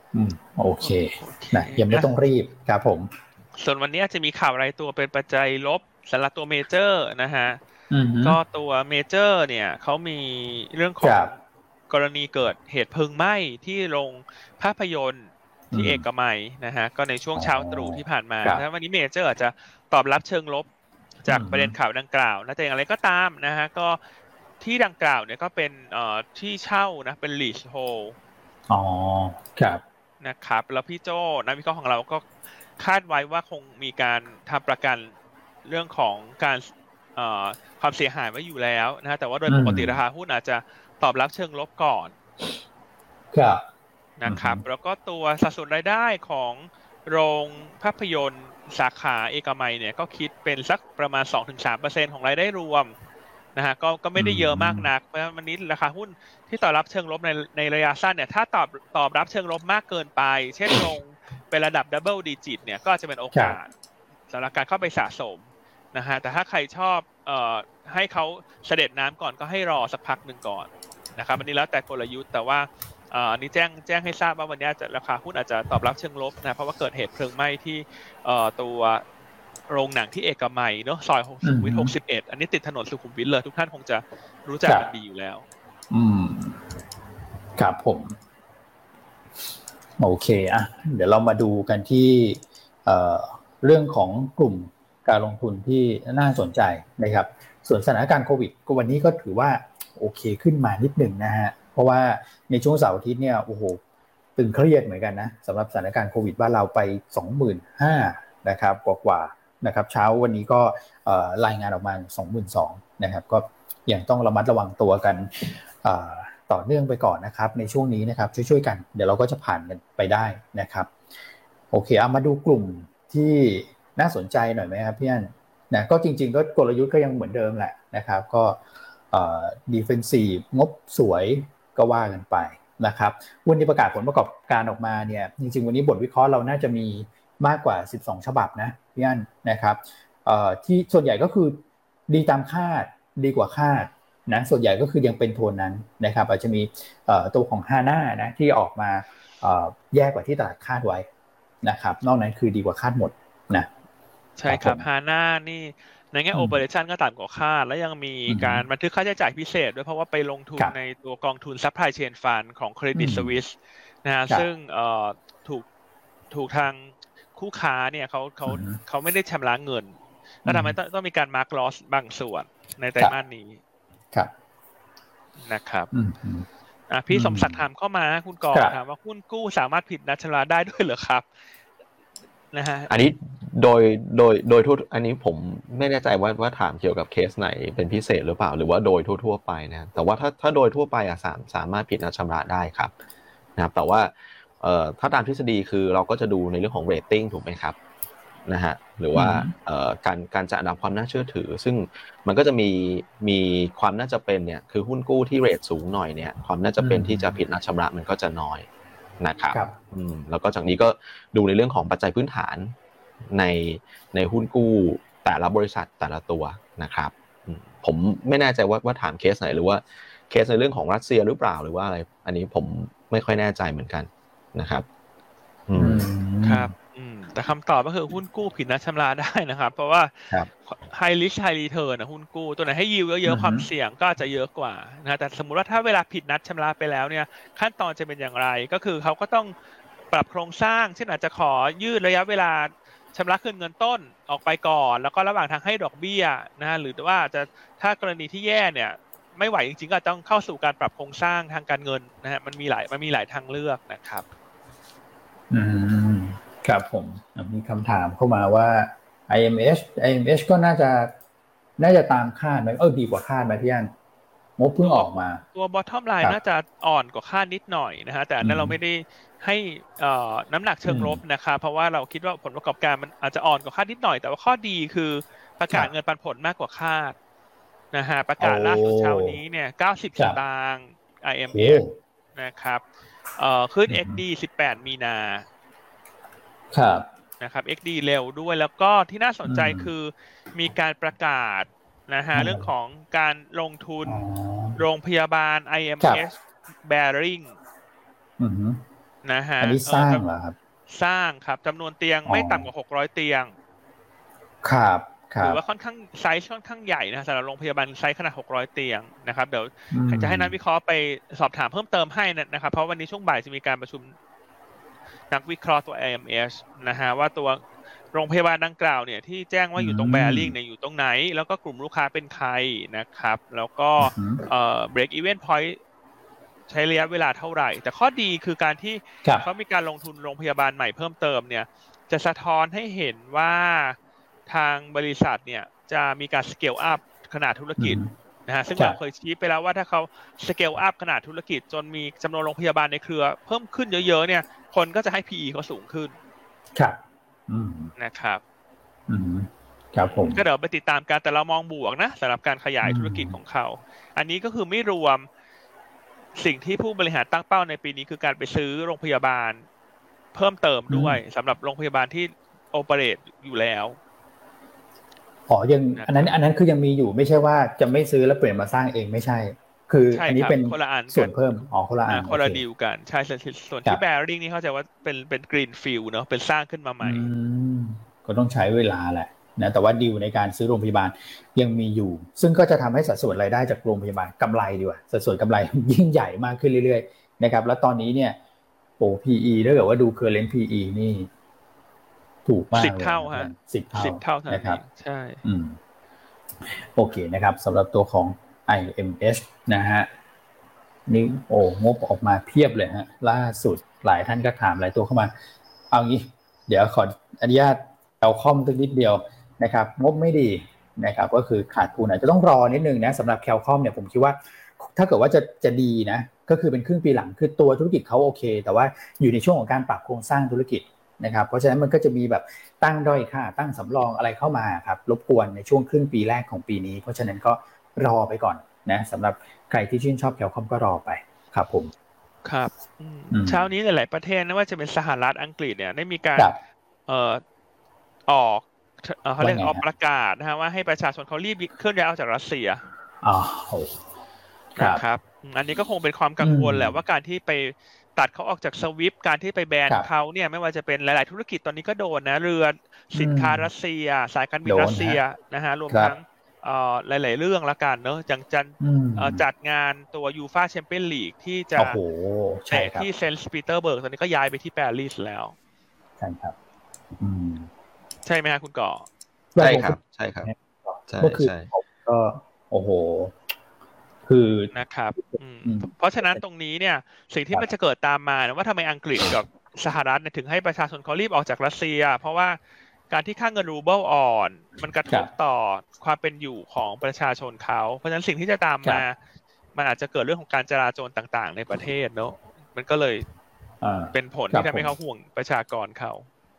โอเคนะยังไม่ต้องรีบครับผมส่วนวันนี้จะมีข่าวรายตัวเป็นปัจจัยลบสำหรับตัวเมเจอร์นะฮะก็ตัวเมเจอร์เนี่ยเขามีเรื่องของกรณีเกิดเหตุเพลิงไหม้ที่โรงภาพยนตร์ที่เอกมัยนะฮะก็ในช่วงเช้าตรู่ที่ผ่านมาแล้ววันนี้เมเจอร์อาจจะตอบรับเชิงลบจากประเด็นข่าวดังกล่าวนะแต่อย่างไรก็ตามนะฮะก็ที่ดังกล่าวเนี่ยก็เป็นที่เช่านะเป็นลีสโฮลครับนะครับแล้วพี่โจ้นักวิเคราะห์ของเราก็คาดไว้ว่าคงมีการทำประกันเรื่องของการความเสียหายไว้อยู่แล้วนะฮะแต่ว่าโดยปกติราคาหุ้นอาจจะตอบรับเชิงลบก่อนครับนะครับแล้วก็ตัวสัดส่วนรายได้ของโรงภาพยนตร์สาขาเอกมัยเนี่ยก็คิดเป็นสักประมาณ 2-3% ของรายได้รวมนะฮะก็ไม่ได้เยอะมากนักเพราะฉะนั้นวันนี้ราคาหุ้นที่ตอบรับเชิงลบในระยะสั้นเนี่ยถ้าตอบรับเชิงลบมากเกินไปเช่นลงเป็นระดับดับเบิลดิจิตเนี่ยก็จะเป็นโอกาสสำหรับการเข้าไปสะสมนะฮะแต่ถ้าใครชอบให้เขาเสด็จน้ำก่อนก็ให้รอสักพักหนึ่งก่อนนะครับอันนี้แล้วแต่กลยุทธ์แต่ว่าอันนี้แจ้งให้ทราบว่าวันนี้ราคาหุ้นอาจจะตอบรับเชิงลบนะเพราะว่าเกิดเหตุเพลิงไหม้ที่ตัวโรงหนังที่เอกมัยเนาะซอยสุขุมวิท61อันนี้ติดถนนสุขุมวิทเลยทุกท่านคงจะรู้จักกันดีอยู่แล้วครับผมโอเคอ่ะเดี๋ยวเรามาดูกันที่เรื่องของกลุ่มการลงทุนที่น่าสนใจนะครับส่วนสถานการณ์โควิดก็วันนี้ก็ถือว่าโอเคขึ้นมานิดหนึ่งนะฮะเพราะว่าในช่วงเสาร์อาทิตย์เนี่ยโอ้โหตึงเครียดเหมือนกันนะสำหรับสถานการณ์โควิดว่าเราไป 25,000 นะครับกว่านะครับเช้าวันนี้ก็รายงานออกมา 22,000 นะครับก็ยังต้องระมัดระวังตัวกันต่อเนื่องไปก่อนนะครับในช่วงนี้นะครับช่วยๆกันเดี๋ยวเราก็จะผ่านกันไปได้นะครับโอเคเอามาดูกลุ่มที่น่าสนใจหน่อยไหมครับพี่อั้นนะก็จริงๆก็กลยุทธ์ก็ยังเหมือนเดิมแหละนะครับก็defensive งบสวยก็ว่ากันไปนะครับวันนี้ประกาศผลประกอบการออกมาเนี่ยจริงๆวันนี้บทวิเคราะห์เราน่าจะมีมากกว่า12ฉบับนะพี่อั้นนะครับที่ส่วนใหญ่ก็คือดีตามคาดดีกว่าคาดนะส่วนใหญ่ก็คือยังเป็นโทนนั้นนะครับอาจจะมีตัวของฮาน่านะที่ออกมาแย่กว่าที่ตลาดคาดไว้นะครับนอกนั้นคือดีกว่าคาดหมดนะใช่ครับฮาน่านี่ในแง่โอเปอเรชั่นก็ต่ำกว่าคาดและยังมีการบันทึกค่าใช้จ่ายพิเศษด้วยเพราะว่าไปลงทุนในตัวกองทุน Supply Chain Fund ของ Credit Suisse นะฮะซึ่งถูกทางคู่ค้าเนี่ยเขาไม่ได้ชำระเงินแล้วทำให้ต้องมีการ mark loss บางส่วนในไตรมาสนี้นะครับพี่สมศักดิ์ถามเข้ามาคุณกอถามว่าหุ้นกู้สามารถผิดนัดชำระได้ด้วยเหรอครับนะฮะอันนี้โดยทั่วอันนี้ผมไม่แน่ใจว่าถามเกี่ยวกับเคสไหนเป็นพิเศษหรือเปล่าหรือว่าโดยทั่วไปนะแต่ว่าถ้าโดยทั่วไปสามารถผิดนัดชำระได้ครับนะครับแต่ว่าถ้าตามทฤษฎีคือเราก็จะดูในเรื่องของเรตติ้งถูกไหมครับนะฮะหรือว่าการจัดอันดับความน่าเชื่อถือซึ่งมันก็จะมีความน่าจะเป็นเนี่ยคือหุ้นกู้ที่เรทสูงหน่อยเนี่ยความน่าจะเป็นที่จะผิดนัดชำระมันก็จะน้อยนะครับแล้วก็จากนี้ก็ดูในเรื่องของปัจจัยพื้นฐานในหุ้นกู้แต่ละบริษัทแต่ละตัวนะครับผมไม่แน่ใจว่าถามเคสไหนหรือว่าเคสในเรื่องของรัสเซียหรือเปล่าหรือว่าอะไรอันนี้ผมไม่ค่อยแน่ใจเหมือนกันนะครับครับแต่คำตอบก็คือหุ้นกู้ผิดนัดชำระได้นะครับเพราะว่า high risk high return นะหุ้นกู้ตัวไหนให้ยิวเยอะๆความเสี่ยงก็จะเยอะกว่านะแต่สมมุติว่าถ้าเวลาผิดนัดชำระไปแล้วเนี่ยขั้นตอนจะเป็นอย่างไรก็คือเขาก็ต้องปรับโครงสร้างเช่นอาจจะขอยืดระยะเวลาชำระคืนเงินต้นออกไปก่อนแล้วก็ระหว่างทางให้ดอกเบี้ยนะหรือว่าจะถ้ากรณีที่แย่เนี่ยไม่ไหวจริงๆก็ต้องเข้าสู่การปรับโครงสร้างทางการเงินนะฮะมันมีหลายทางเลือกนะครับครับผมมีคำถามเข้ามาว่า IMH ก็น่าจะตามคาดไหมดีกว่าคาดไหมพี่อั้นงบเพิ่งออกมาตัว bottom line น่าจะอ่อนกว่าคาดนิดหน่อยนะฮะแต่อันนั้นเราไม่ได้ให้น้ำหนักเชิงลบนะครับเพราะว่าเราคิดว่าผลประกอบการมันอาจจะอ่อนกว่าคาดนิดหน่อยแต่ว่าข้อดีคือประกาศเงินปันผลมากกว่าคาดนะฮะประกาศล่าสุดเช้านี้เนี่ย90 สตางค์ IMF นะครับขึ้น XD 18 มีนาครับนะครับ XD เร็วด้วยแล้วก็ที่น่าสนใจคือมีการประกาศนะฮะเรื่องของการลงทุนโรงพยาบาล IMH Bearing นะฮะอันนี้สร้างเหรอครับสร้างครับจำนวนเตียงไม่ต่ำกว่า600เตียงครับหรือว่าค่อนข้างไซส์ค่อนข้างใหญ่นะสำหรับโรงพยาบาลไซส์ขนาด600เตียงนะครับเดี๋ยวจะให้นักวิเคราะห์ไปสอบถามเพิ่มเติมให้นะครับเพราะวันนี้ช่วงบ่ายจะมีการประชุมนักวิเคราะห์ตัว AMS นะฮะว่าตัวโรงพยาบาลดังกล่าวเนี่ยที่แจ้งว่าอยู่ตรงแบริ่งเนี่ยอยู่ตรงไหนแล้วก็กลุ่มลูกค้าเป็นใครนะครับแล้วก็break even point ใช้ระยะเวลาเท่าไหร่แต่ข้อดีคือการที่เขามีการลงทุนโรงพยาบาลใหม่เพิ่มเติมเนี่ยจะสะท้อนให้เห็นว่าทางบริษัทเนี่ยจะมีการ scale up ขนาดธุรกิจนะฮะซึ่งเราเคยชี้ไปแล้วว่าถ้าเขา scale up ขนาดธุรกิจจนมีจำนวนโรงพยาบาลในเครือเพิ่มขึ้นเยอะๆเนี่ยคนก็จะให้ PE เขาสูงขึ้นครับนะครับครับผมก็เดี๋ยวไปติดตามกันแต่เรามองบวกนะสำหรับการขยายธุรกิจของเขาอันนี้ก็คือไม่รวมสิ่งที่ผู้บริหารตั้งเป้าในปีนี้คือการไปซื้อโรงพยาบาลเพิ่มเติมด้วยสำหรับโรงพยาบาลที่โอเปเรตอยู่แล้วยังอันนั้นคือยังมีอยู่ไม่ใช่ว่าจะไม่ซื้อแล้วเปลี่ยนมาสร้างเองไม่ใช่คืออันนี้เป็นส่วนเพิ่มคนละอันคนละดีลกันใช่ส่วนที่แบริ่งนี่เข้าใจว่าเป็นกรีนฟิลด์เนาะเป็นสร้างขึ้นมาใหม่ก็ต้องใช้เวลาแหละนะแต่ว่าดีลในการซื้อโรงพยาบาลยังมีอยู่ซึ่งก็จะทำให้สัดส่วนรายได้จากโรงพยาบาลกำไรดีกว่าสัดส่วนกำไรยิ่งใหญ่มากขึ้นเรื่อยๆนะครับแล้วตอนนี้เนี่ยPE ถ้าเกิดว่าดู current PE นี่ถูกมาก 10 เท่าฮะ10 เท่านะครับใช่โอเคนะครับสำหรับตัวของ IMH นะฮะนี่งบออกมาเพียบเลยฮะล่าสุดหลายท่านก็ถามหลายตัวเข้ามาเอางี้เดี๋ยวขออนุญาตเอาคอมสักนิดเดียวนะครับงบไม่ดีนะครับก็คือขาดทุนอาจจะต้องรอนิดนึงนะสำหรับแคลคอมเนี่ยผมคิดว่าถ้าเกิดว่าจะดีนะก็คือเป็นครึ่งปีหลังคือตัวธุรกิจเขาโอเคแต่ว่าอยู่ในช่วงของการปรับโครงสร้างธุรกิจนะครับเพราะฉะนั้นมันก็จะมีแบบตั้งด้อยค่าตั้งสำรองอะไรเข้ามาครับรบกวนในช่วงครึ่งปีแรกของปีนี้เพราะฉะนั้นก็รอไปก่อนนะสำหรับใครที่ชื่นชอบแคลคอมก็รอไปครับผมครับเช้านี้หลายๆประเทศไม่ว่าจะเป็นสหรัฐอังกฤษเนี่ยได้มีการออกเขาเรียกออกประกาศนะฮะว่าให้ประชาชนเขารีบเคลื่อนย้ายออกจากรัสเซียนะครับอันนี้ก็คงเป็นความกังวลแหละว่าการที่ไปตัดเขาออกจากสวิฟต์การที่ไปแบนเขาเนี่ยไม่ว่าจะเป็นหลายๆธุรกิจตอนนี้ก็โดนนะเรือสินค้ารัสเซียสายการบินรัสเซียนะฮะรวมทั้งหลายๆเรื่องละกันเนอะอย่างจัดงานตัวยูฟ่าแชมเปี้ยนลีกที่จะเตะที่เซนต์ปีเตอร์เบิร์กตอนนี้ก็ย้ายไปที่ปารีสแล้วใช่ครับใช่ไหมฮะคุณก่อใช่ครับใช่ครับก็คือก็โอ้โหคือนะครับเพราะฉะนั้นตรงนี้เนี่ยสิ่งที่มันจะเกิดตามมาว่าทำไมอังกฤษกับสหรัฐถึงให้ประชาชนเขารีบออกจากรัสเซียเพราะว่าการที่ค่าเงินรูเบิลอ่อนมันกระทบต่อความเป็นอยู่ของประชาชนเขาเพราะฉะนั้นสิ่งที่จะตามมามันอาจจะเกิดเรื่องของการจราจรต่างๆในประเทศเนอะมันก็เลยเป็นผลที่ทำให้เขาห่วงประชากรเขา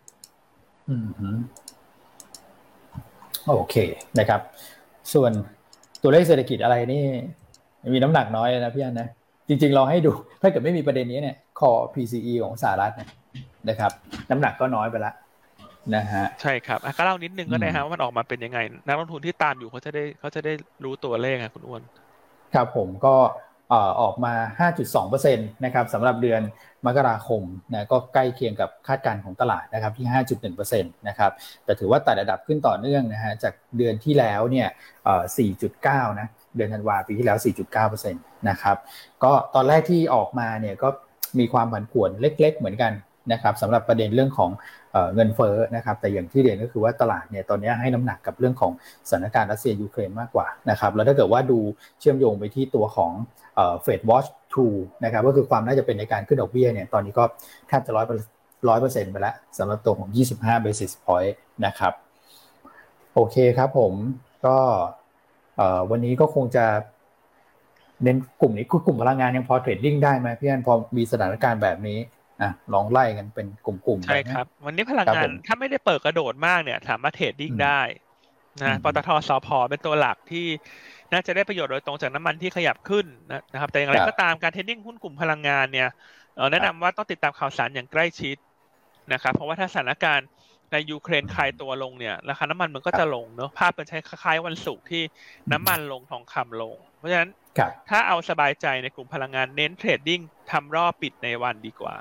โอเคนะครับส่วนตัวเลขเศรษฐกิจอะไรนี่มีน้ำหนักน้อยนะพี่อันนะจริงๆลองให้ดูถ้าเกิดไม่มีประเด็นนี้เนี่ยคอ PCE ของสหรัฐนะครับน้ำหนักก็น้อยไปละนะฮะใช่ครับก็เล่านิดนึงก็ได้ฮะว่ามันออกมาเป็นยังไงนักลงทุนที่ตามอยู่เขาจะได้รู้ตัวเลขครับคุณอ้วนครับผมก็ออกมา 5.2% นะครับสำหรับเดือนมกราคมนะก็ใกล้เคียงกับคาดการณ์ของตลาดนะครับที่ 5.1% นะครับแต่ถือว่าไต่ระดับขึ้นต่อเนื่องนะฮะจากเดือนที่แล้วเนี่ย4.9 นะเดือนธันวาคมปีที่แล้ว 4.9% นะครับก็ตอนแรกที่ออกมาเนี่ยก็มีความผันผวนเล็กๆเหมือนกันนะครับสำหรับประเด็นเรื่องของเงินเฟ้อนะครับแต่อย่างที่เรียนก็คือว่าตลาดเนี่ยตอนนี้ให้น้ำหนักกับเรื่องของสถานการณ์รัสเซียยูเครนมากกว่านะครับแล้วถ้าเกิดว่าดูเชื่อมโยงไปที่ตัวของFed Watch 2นะครับก็คือความน่าจะเป็นในการขึ้นดอกเบี้ยเนี่ยตอนนี้ก็แทบจะ 100% ไปแล้วสำหรับตัวของ25 basis point นะครับโอเคครับผมก็วันนี้ก็คงจะเน้นกลุ่มนี้คือกลุ่มพลังงานยังพอเทรดดิ้งได้ไหมพี่อันพอมีสถานการณ์แบบนี้ลองไล่กันเป็นกลุ่มๆใช่ครับวันนี้พลังงานถ้าไม่ได้เปิดกระโดดมากเนี่ยสามารถเทรดดิ้งได้นะปตท.สผ.เป็นตัวหลักที่น่าจะได้ประโยชน์โดยตรงจากน้ำมันที่ขยับขึ้นนะครับแต่อย่างไรก็ตามการเทรดดิ้งหุ้นกลุ่มพลังงานเนี่ยแนะนำว่าต้องติดตามข่าวสารอย่างใกล้ชิดนะครับเพราะว่าถ้าสถานการณ์ในยูเครนคลายตัวลงเนี่ยราคาน้ำมันมันก็จะลงเนอะภาพเป็นคล้ายๆวันศุกร์ที่น้ำมันลงทองคำลงเพราะฉะนั้นถ้าเอาสบายใจในกลุ่มพลังงานเน้นเทรดดิ้งทำรอบปิดในวันดีกว่า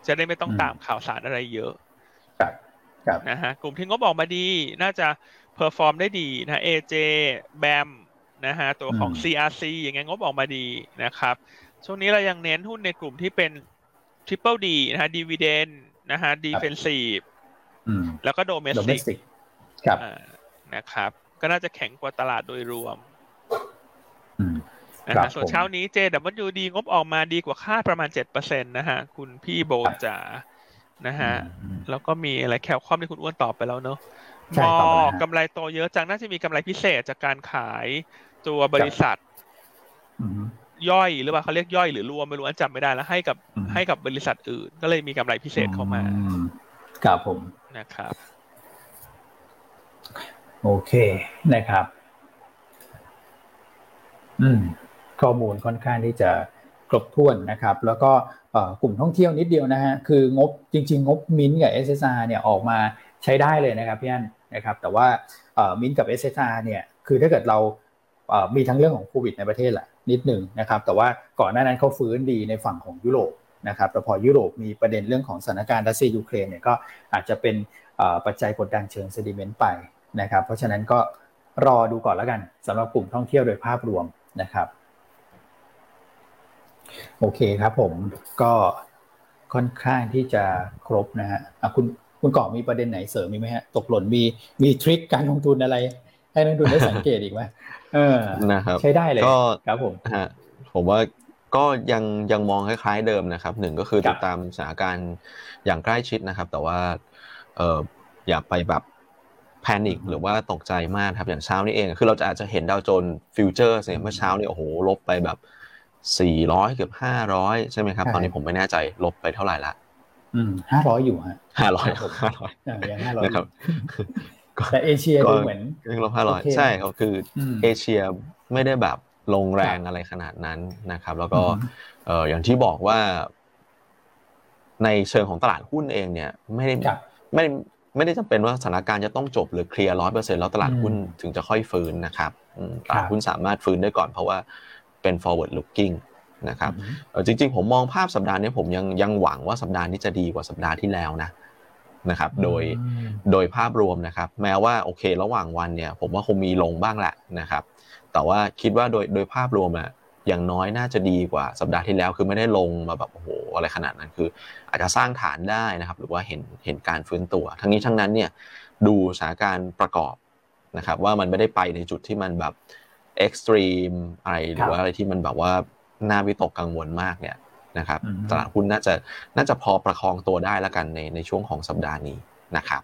จะได้ไม่ต้องตามข่าวสารอะไรเยอะครับนะฮะกลุ่มที่งบออกมาดีน่าจะเพอร์ฟอร์มได้ดีนะ AJ BAM นะฮะตัวของ CRC อย่างเงี้ยงบออกมาดีนะครับช่วงนี้เรายังเน้นหุ้นในกลุ่มที่เป็น Triple D นะฮะ Dividend นะฮะ Defensive แล้วก็ Domestic ครับนะครับก็น่าจะแข็งกว่าตลาดโดยรวมนะฮะส่วนเช้านี้ JWD งบออกมาดีกว่าคาดประมาณ 7% นะฮะคุณพี่โบจ๋านะฮะแล้วก็มีอะไรแคลคอมที่คุณอ้วนตอบไปแล้วเนอะมอกำไรโตเยอะจังน่าจะมีกำไรพิเศษจากการขายตัวบริษัทย่อยหรือว่าเขาเรียกย่อยหรือรวมไม่รู้อันจำไม่ได้แล้วให้กับบริษัทอื่นก็เลยมีกำไรพิเศษเข้ามาครับผมนะครับโอเคนะครับข้อมูลค่อนข้างที่จะครบถ้วนนะครับแล้วก็กลุ่มท่องเที่ยวนิดเดียวนะฮะคืองบจริงๆงบมิ้นท์กับ SSR เนี่ยออกมาใช้ได้เลยนะครับพี่อั้นนะครับแต่ว่ามิ้นท์กับ SSR เนี่ยคือถ้าเกิดเรามีทั้งเรื่องของโควิดในประเทศแหละนิดหนึ่งนะครับแต่ว่าก่อนหน้านั้นเขาฟื้นดีในฝั่งของยุโรปนะครับแต่พอยุโรปมีประเด็นเรื่องของสถานการณ์รัสเซียยูเครนเนี่ยก็อาจจะเป็นปัจจัยกดดันเชิงเซนติเมนต์ไปนะครับเพราะฉะนั้นก็รอดูก่อนแล้วกันสำหรับกลุ่มท่องเที่ยวโดยภาพรวมนะครับโอเคครับผมก็ค่อนข้างที่จะครบนะฮะคุณก่อมีประเด็นไหนเสริมมีไหมฮะตกหล่นมีทริคการลงทุนอะไรให้นักลงทุนได้สังเกตอีกไหมนะครับใช้ได้เลยครับผมว่าก็ยังมองคล้ายๆเดิมนะครับหนึ่งก็คือติดตามสถานการณ์อย่างใกล้ชิดนะครับแต่ว่าอย่าไปแบบแพนิคหรือว่าตกใจมากครับอย่างเช้านี้เองคือเราจะอาจจะเห็นดาวโจนส์ฟิวเจอร์เนี่ยเมื่อเช้านี่โอ้โหลบไปแบบ400เกือบ500ใช่ไหมครับตอนนี้ผมไม่แน่ใจลบไปเท่าไหร่ละ 500อยู่ฮะ 500 ยัง500 นะครับแต่เอเชียดูเหมือนยังลบ500ใช่ครับคือเอเชียไม่ได้แบบลงแรงอะไรขนาดนั้นนะครับแล้วก็อย่างที่บอกว่าในเชิงของตลาดหุ้นเองเนี่ยไม่ได้จำเป็นว่าสถานการณ์จะต้องจบหรือเคลียร์ 100% แล้วตลาดหุ้นถึงจะค่อยฟื้นนะครับตลาดหุ้นสามารถฟื้นได้ก่อนเพราะว่าเป็น forward looking นะครับจริงๆผมมองภาพสัปดาห์นี้ผมยังหวังว่าสัปดาห์นี้จะดีกว่าสัปดาห์ที่แล้วนะครับโดยภาพรวมนะครับแม้ว่าโอเคระหว่างวันเนี่ยผมว่าคงมีลงบ้างแหละนะครับแต่ว่าคิดว่าโดยภาพรวมอะอย่างน้อยน่าจะดีกว่าสัปดาห์ที่แล้วคือไม่ได้ลงมาแบบโอ้โหอะไรขนาดนั้นคืออาจจะสร้างฐานได้นะครับหรือว่าเห็นการฟื้นตัวทั้งนี้ทั้งนั้นเนี่ยดูสถานการณ์ประกอบนะครับว่ามันไม่ได้ไปในจุดที่มันแบบเอ็กซ์ตรีมอะไรหรือว่าอะไรที่มันแบบว่าน่าวิตกกังวลมากเนี่ยนะครับตลาดหุ้นน่าจะพอประคองตัวได้แล้วกันในช่วงของสัปดาห์นี้นะครับ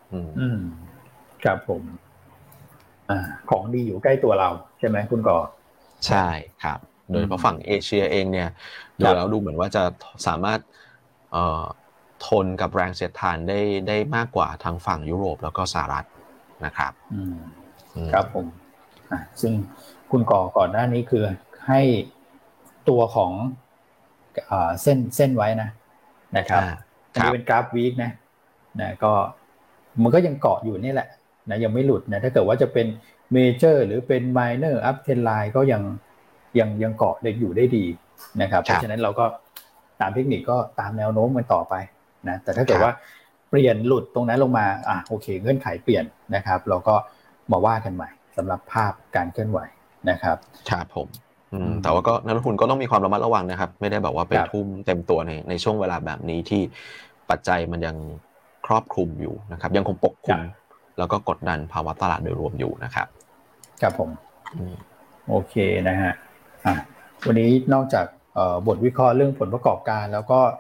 ครับผมของดีอยู่ใกล้ตัวเราใช่ไหมคุณก่อใช่ครับโดยเฉพาะฝั่งเอเชียเองเนี่ยดูเหมือนว่าจะสามารถทนกับแรงเสียดทานได้มากกว่าทางฝั่งยุโรปแล้วก็สหรัฐนะครับครับผมซึ่งคุณก่อนหน้านี้คือให้ตัวของเส้นไว้นะครับอันนี้เป็นกราฟวีคนะก็มันก็ยังเกาะอยู่นี่แหละนะยังไม่หลุดนะถ้าเกิดว่าจะเป็นเมเจอร์หรือเป็นไมเนอร์อัพเทรนไลน์ก็ยังเกาะได้อยู่ได้ดีนะครับเพราะฉะนั้นเราก็ตามเทคนิคก็ตามแนวโน้มกันต่อไปนะแต่ถ้าเกิดว่าเปลี่ยนหลุดตรงนั้นลงมาโอเคเงื่อนไขเปลี่ยนนะครับเราก็มาว่ากันใหม่สำหรับภาพการเคลื่อนไหวนะครับครับผมแต่ว่าก็นักลงทุนก็ต้องมีความระมัดระวังนะครับไม่ได้แบบว่าไปทุ่มเต็มตัวในช่วงเวลาแบบนี้ที่ปัจจัยมันยังครอบคลุมอยู่นะครับยังคงปกคลุมแล้วก็กดดันภาวะตลาดโดยรวมอยู่นะครับครับผมโอเคนะฮะวันนี้นอกจากบทวิเคราะห์เรื่องผลประกอบการแล้วก็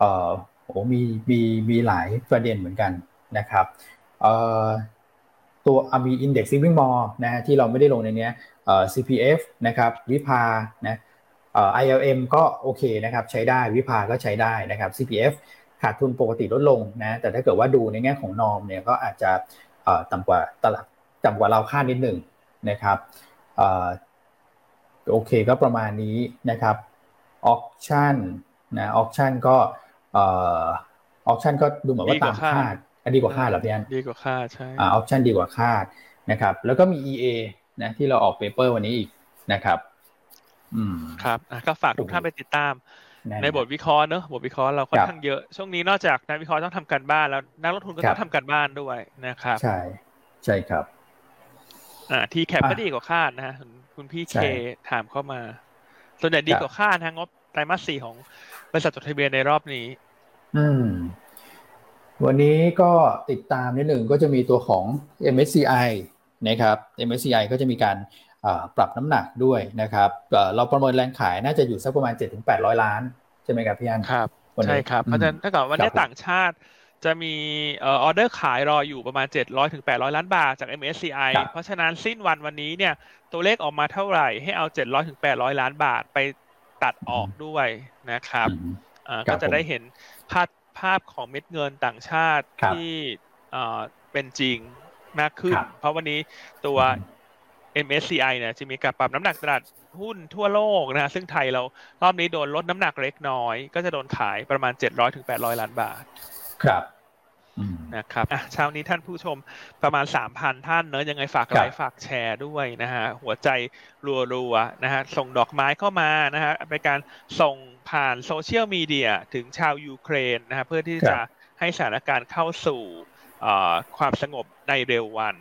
มีหลายประเด็นเหมือนกันนะครับตัวมี Index Living Mall นะฮะที่เราไม่ได้ลงในนี้CPF นะครับวิภานะILM ก็โอเคนะครับใช้ได้วิภาก็ใช้ได้นะครับ CPF ขาดทุนปกติลดลงนะแต่ถ้าเกิดว่าดูในแง่ของนอร์มเนี่ยก็อาจจะต่ำกว่าตลาดต่ำกว่าเราคาดนิดนึงนะครับโอเคก็ประมาณนี้นะครับออกชั่นนะออกชั่นก็ออกชั่นก็ดูเหมือนว่าตามคาดดีกว่าคาดเหรอพี่อันดีกว่าคาดใช่ออกชั่นดีกว่าคาดนะครับแล้วก็มี EA นะที่เราออกเปเปอร์วันนี้อีกนะครับครับก็ฝากทุกท่านไปติดตามในบทวิเคราะห์เนอะบทวิเคราะห์เราค่อนข้างเยอะช่วงนี้นอกจากนักวิเคราะห์ต้องทำการบ้านแล้วนักลงทุนก็ต้องทำการบ้านด้วยนะครับใช่ครับทีแคปก็ดีกว่าคาดนะฮะคุณพี่เคถามเข้ามาส่วนใหญ่ดีกว่าคาดทางงบไตรมาส 4ของบริษัทจดทะเบียนในรอบนี้วันนี้ก็ติดตามนิดหนึ่งก็จะมีตัวของ MSCI นะครับ MSCI ก็จะมีการปรับน้ำหนักด้วยนะครับเราประเมินแรงขายน่าจะอยู่สักประมาณ 7-800 ล้านใช่ไหมครับพี่อั้นครับใช่ครับเพราะฉะนั้นถ้าเกิดวันนี้ต่างชาติจะมีออเดอร์ขายรออยู่ประมาณ700-800 ล้านบาทจาก MSCI เพราะฉะนั้นสิ้นวันนี้เนี่ยตัวเลขออกมาเท่าไหร่ให้เอา700-800 ล้านบาทไปตัดออกด้วยนะครับก็จะได้เห็นภาพของเม็ดเงินต่างชาติที่เป็นจริงมากขึ้นเพราะวันนี้ตัว MSCI เนี่ยจะมีการปรับน้ำหนักตลาดหุ้นทั่วโลกนะฮะซึ่งไทยเรารอบนี้โดนลดน้ำหนักเล็กน้อยก็จะโดนขายประมาณ700-800 ล้านบาทครับนะครับเช้านี้ท่านผู้ชมประมาณ 3,000 ท่านเนอะยังไงฝากไลค์ฝากแชร์ด้วยนะฮะหัวใจรัวๆนะฮะส่งดอกไม้เข้ามานะฮะเป็นการส่งผ่านโซเชียลมีเดียถึงชาวยูเครนนะฮะเพื่อที่จะให้สถานการณ์เข้าสู่ความสงบในเร็ววัน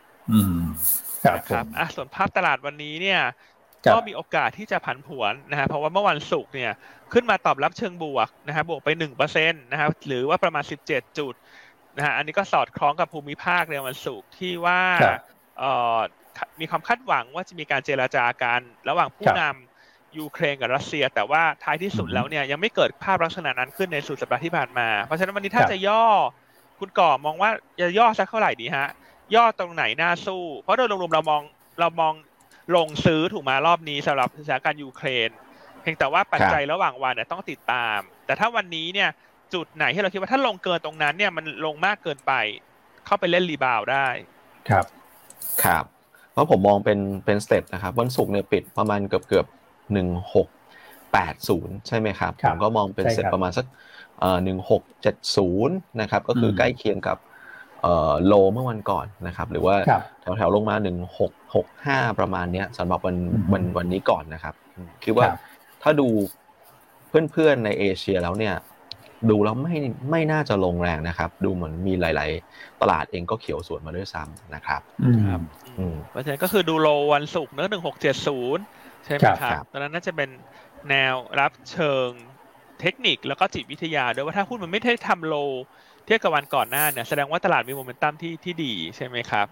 ครับส่วนภาพตลาดวันนี้เนี่ยก็มีโอกาสที่จะผันผวนนะฮะเพราะว่าเมื่อวันศุกร์เนี่ยขึ้นมาตอบรับเชิงบวกนะฮะบวกไป 1% นะครับหรือว่าประมาณ17จุดนะฮะอันนี้ก็สอดคล้องกับภูมิภาคในวันศุกร์ที่ว่ามีความคาดหวังว่าจะมีการเจรจากันระหว่างผู้นำยูเครนกับรัสเซียแต่ว่าท้ายที่สุดแล้วเนี่ยยังไม่เกิดภาพลักษณะนั้นขึ้นในสุดสัปดาห์ที่ผ่านมาเพราะฉะนั้นวันนี้ถ้าจะย่อคุณก่อมองว่าจะย่อสักเท่าไหร่ดีฮะย่อตรงไหนน่าสู้เพราะโดยรวมๆเรามองลงซื้อถูกมารอบนี้สำหรับสถานการณ์ยูเครนเพียงแต่ว่าปัจจัยระหว่างวันเนี่ยต้องติดตามแต่ถ้าวันนี้เนี่ยจุดไหนที่เราคิดว่าถ้าลงเกินตรงนั้นเนี่ยมันลงมากเกินไปเข้าไปเล่นรีบาวได้ครับเพราะผมมองเป็นสเต็ปนะครับวันศุกร์เนี่ยปิดประมาณเกือบ1680ใช่ไหมครับผมก็มองเป็นสเต็ปประมาณสัก1670นะครับก็คือใกล้เคียงกับโลเมื่อวันก่อนนะครับหรือว่าแถวลงมา1665ประมาณนี้สำหรับวันนี้ก่อนนะครับคิดว่าถ้าดูเพื่อนๆในเอเชียแล้วเนี่ยดูแล้วไม่น่าจะลงแรงนะครับดูเหมือนมีหลายๆตลาดเองก็เขียวสวนมาด้วยซ้ำนะครับเพราะฉะนั้นก็คือดูโลวันศุกร์เนอะ1670ใช่ไหมครับตอนนั้นน่าจะเป็นแนวรับเชิงเทคนิคแล้วก็จิตวิทยาด้วยว่าถ้าหุ้นมันไม่ได้ทำโลเทียบกับวันก่อนหน้าเนี่ยแสดงว่าตลาดมีโมเมนตัมที่ดีใช่ไหมครับ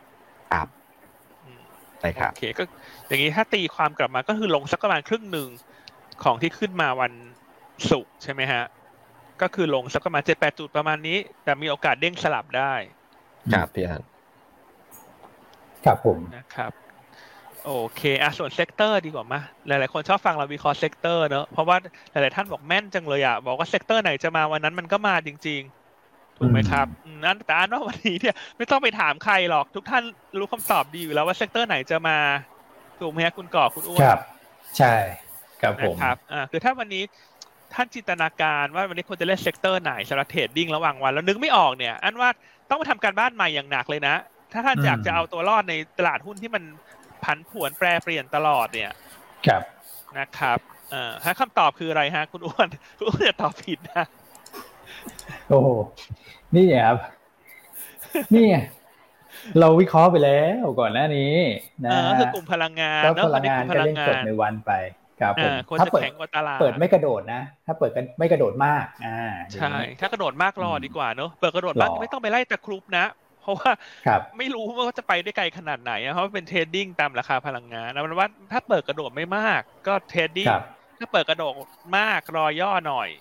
ใช่ครับโอเคก็อย่างนี้ถ้าตีความกลับมาก็คือลงสักประมาณครึ่งหนึ่งของที่ขึ้นมาวันศุกร์ใช่ไหมฮะก็คือลงสักประมาณ 7-8 จุดประมาณนี้แต่มีโอกาสเด้งสลับได้ครับพี่อันครับผมนะครับโอเคส่วนเซกเตอร์ดีกว่ามั้ยหลายๆคนชอบฟังเราวิเคราะห์เซกเตอร์เนอะเพราะว่าหลายๆท่านบอกแม่นจังเลยบอกว่าเซกเตอร์ไหนจะมาวันนั้นมันก็มาจริงๆถูกไหมครับแต่อันว่าวันนี้เนี่ยไม่ต้องไปถามใครหรอกทุกท่านรู้คำตอบดีอยู่แล้วว่าเซกเตอร์ไหนจะมาถูกไหมครับคุณก่อคุณอ้วนครับใช่ครับผมนะครับคือถ้าวันนี้ท่านจินตนาการว่าวันนี้ควรจะเล่นเซกเตอร์ไหนสำหรับเทรดดิ้งระหว่างวันแล้วนึกไม่ออกเนี่ยอันว่าต้องมาทำการบ้านใหม่อย่างหนักเลยนะถ้าท่านอยากจะเอาตัวรอดในตลาดหุ้นที่มันผันผวนแปรเปลี่ยนตลอดเนี่ยครับนะครับถ้าคำตอบคืออะไรฮะคุณอ้วนจะตอบผิดนะโอ้โหนี่ครับนี่เราวิเคราะห์ไปแล้วก่อนหน้านี้นะคือกลุ่มพลังงานเนาะพลังงานก็เล่นสดในวันไปครับผมถ้าเปิดไม่กระโดดนะถ้าเปิดกันไม่กระโดดมากใช่ถ้ากระโดดมากรอดีกว่าเนาะเปิดกระโดดมากไม่ต้องไปไล่ตะครุบนะเพราะว่าไม่รู้ว่าจะไปได้ไกลขนาดไหนเพราะเป็นเทรดดิ้งตามราคาพลังงานนะมันว่าถ้าเปิดกระโดดไม่มากก็เทรดดิ้งถ้าเปิดกระโดดมากรอย่อหน่อย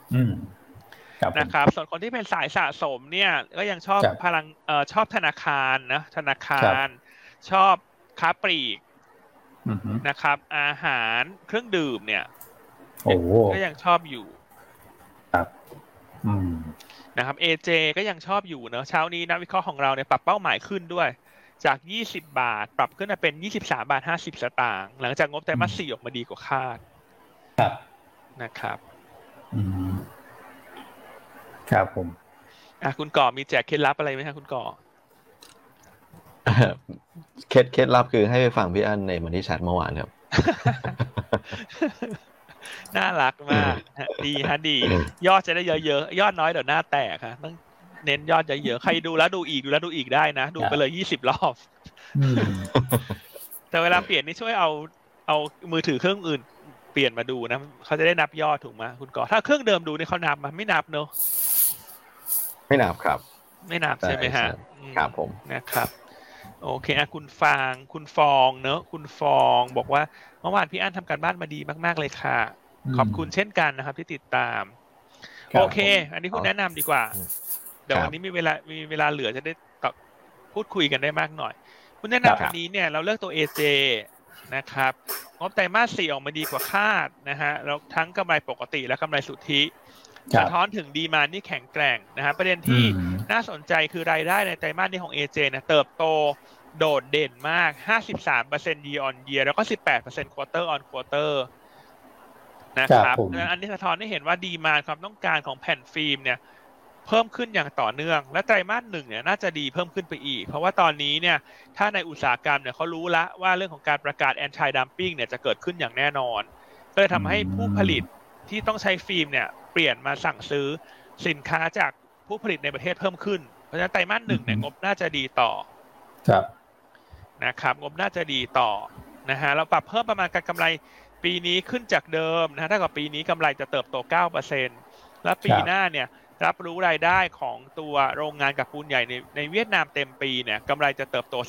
นะครับส่วนคนที่เป็นสายสะสมเนี่ยก็ยังชอบชอบธนาคารนะธนาคารชอบค้าปลีกนะครับอาหารเครื่องดื่มเนี่ยก็ยังชอบอยู่ครับนะครับ AJ ก็ยังชอบอยู่เนอะเช้านี้นักวิเคราะห์ของเราเนี่ยปรับเป้าหมายขึ้นด้วยจาก20 บาทปรับขึ้นมาเป็น23.50 บาทหลังจากงบไตรมาส 4ออกมาดีกว่าคาดครับนะครับครับผมคุณก่อมีแจกเคล็ดลับอะไรไหมครับคุณก่อเคล็ดลับคือให้ไปฟังพี่อั้นในมันที่แชทเมื่อวานครับน่ารักมากดีฮะดียอดจะได้เยอะๆยอดน้อยเดี๋ยวหน้าแตกค่ะต้องเน้นยอดเยอะๆใครดูแล้วดูอีกได้นะดูไปเลย20 รอบแต่เวลาเปลี่ยนนี่ช่วยเอามือถือเครื่องอื่นเปลี่ยนมาดูนะเขาจะได้นับยอดถูกไหมคุณก่อถ้าเครื่องเดิมดูเนี่ยเขานับมาไม่นับเนอะไม่นับครับไม่นับใช่ไหมฮะครับผมนะครับโอเคคุณฟองเนอะคุณฟองบอกว่าเมื่อวานพี่อั้นทำการบ้านมาดีมากๆเลยค่ะขอบคุณเช่นกันนะครับที่ติดตามโอเคอันนี้คุณแนะนำดีกว่าเดี๋ยววันนี้มีเวลาเหลือจะได้พูดคุยกันได้มากหน่อยคุณแนะนำวันนี้เนี่ยเราเลือกตัว AJ นะครับงบไตรมาส 4ออกมาดีกว่าคาดนะฮะแล้วทั้งกำไรปกติและกำไรสุทธิสะท้อนถึงดีมานด์ที่แข็งแกร่งนะฮะประเด็นที่น่าสนใจคือรายได้ในไตรมาสนี้ของ AJ เนี่ยเติบโตโดดเด่นมาก 53% year on year แล้วก็ 18% quarter on quarter นะครับอันนี้สะท้อนให้เห็นว่าดีมานด์ความต้องการของแผ่นฟิล์มเนี่ยเพิ่มขึ้นอย่างต่อเนื่องและไตรมาส 1เนี่ยน่าจะดีเพิ่มขึ้นไปอีกเพราะว่าตอนนี้เนี่ยถ้าในอุตสาหกรรมเนี่ยเขารู้ละว่าเรื่องของการประกาศ anti dumping เนี่ยจะเกิดขึ้นอย่างแน่นอนก็เลยทำให้ผู้ผลิตที่ต้องใช้ฟิล์มเนี่ยเปลี่ยนมาสั่งซื้อสินค้าจากผู้ผลิตในประเทศเพิ่มขึ้นเพราะฉะนั้นไตรมาส 1เนี่ยงบน่าจะดีต่อครับนะครับงบน่าจะดีต่อนะฮะเราปรับเพิ่มประมาณการกำไรปีนี้ขึ้นจากเดิมนะถ้ากับปีนี้กำไรจะเติบโต 9% และปีหน้าเนี่ยรับรู้รายได้ของตัวโรงงานกับปูนใหญ่ในเวียดนามเต็มปีเนี่ยกำไรจะเติบโต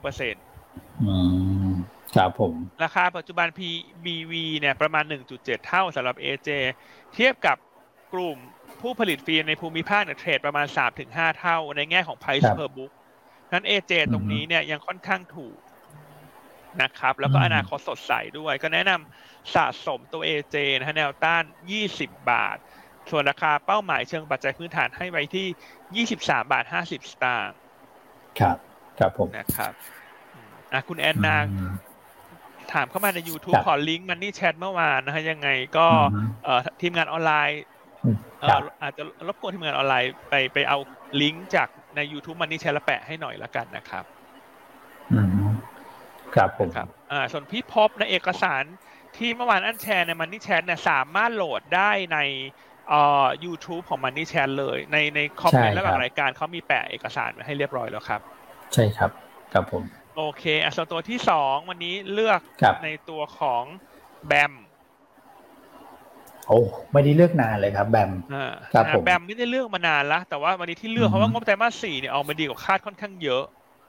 19% ครับผมราคาปัจจุบัน PBV เนี่ยประมาณ 1.7 เท่าสำหรับ AJ เทียบกับกลุ่มผู้ผลิตฟิล์มในภูมิภาคเนี่ยเทรดประมาณ 3-5 เท่าในแง่ของ Price per book นั้น AJ ตรงนี้เนี่ยยังค่อนข้างถูกนะครับแล้วก็อนาคตสดใสด้วยก็แนะนำสะสมตัว AJ นะฮะแนวต้าน20 บาทส่วนราคาเป้าหมายเชิงปัจจัยพื้นฐานให้ไว้ที่23.50 บาทครับผมนะครับคุณแอนนาถามเข้ามาใน YouTube ขอลิงก์ Money Chat เมื่อวานนะฮะยังไงก็ทีมงานออนไลน์อาจจะรบกวนทีมงานออนไลน์ไปเอาลิงก์จากใน YouTube Money Chat แล้วแปะให้หน่อยละกันนะครับครับผมครับส่วนพี่พบในเอกสารที่เมื่อวานอันแชร์ใน Money Chat เนี่ยสามารถโหลดได้ในYouTube ของ Money Chat เลยในคอมเมนต์ระหว่างรายการเขามีแปะเอกสารไว้ให้เรียบร้อยแล้วครับใช่ครับครับผมโอเคส่วนตัวที่2วันนี้เลือกในตัวของแบมไม่ได้เลือกนานเลยครับแบมครับผมแบมไม่ได้เลือกมานานแล้วแต่ว่าวันนี้ที่เลือกเพราะว่างบไตรมาส 4เนี่ยออกมาดีกว่าคาดค่อนข้างเยอะ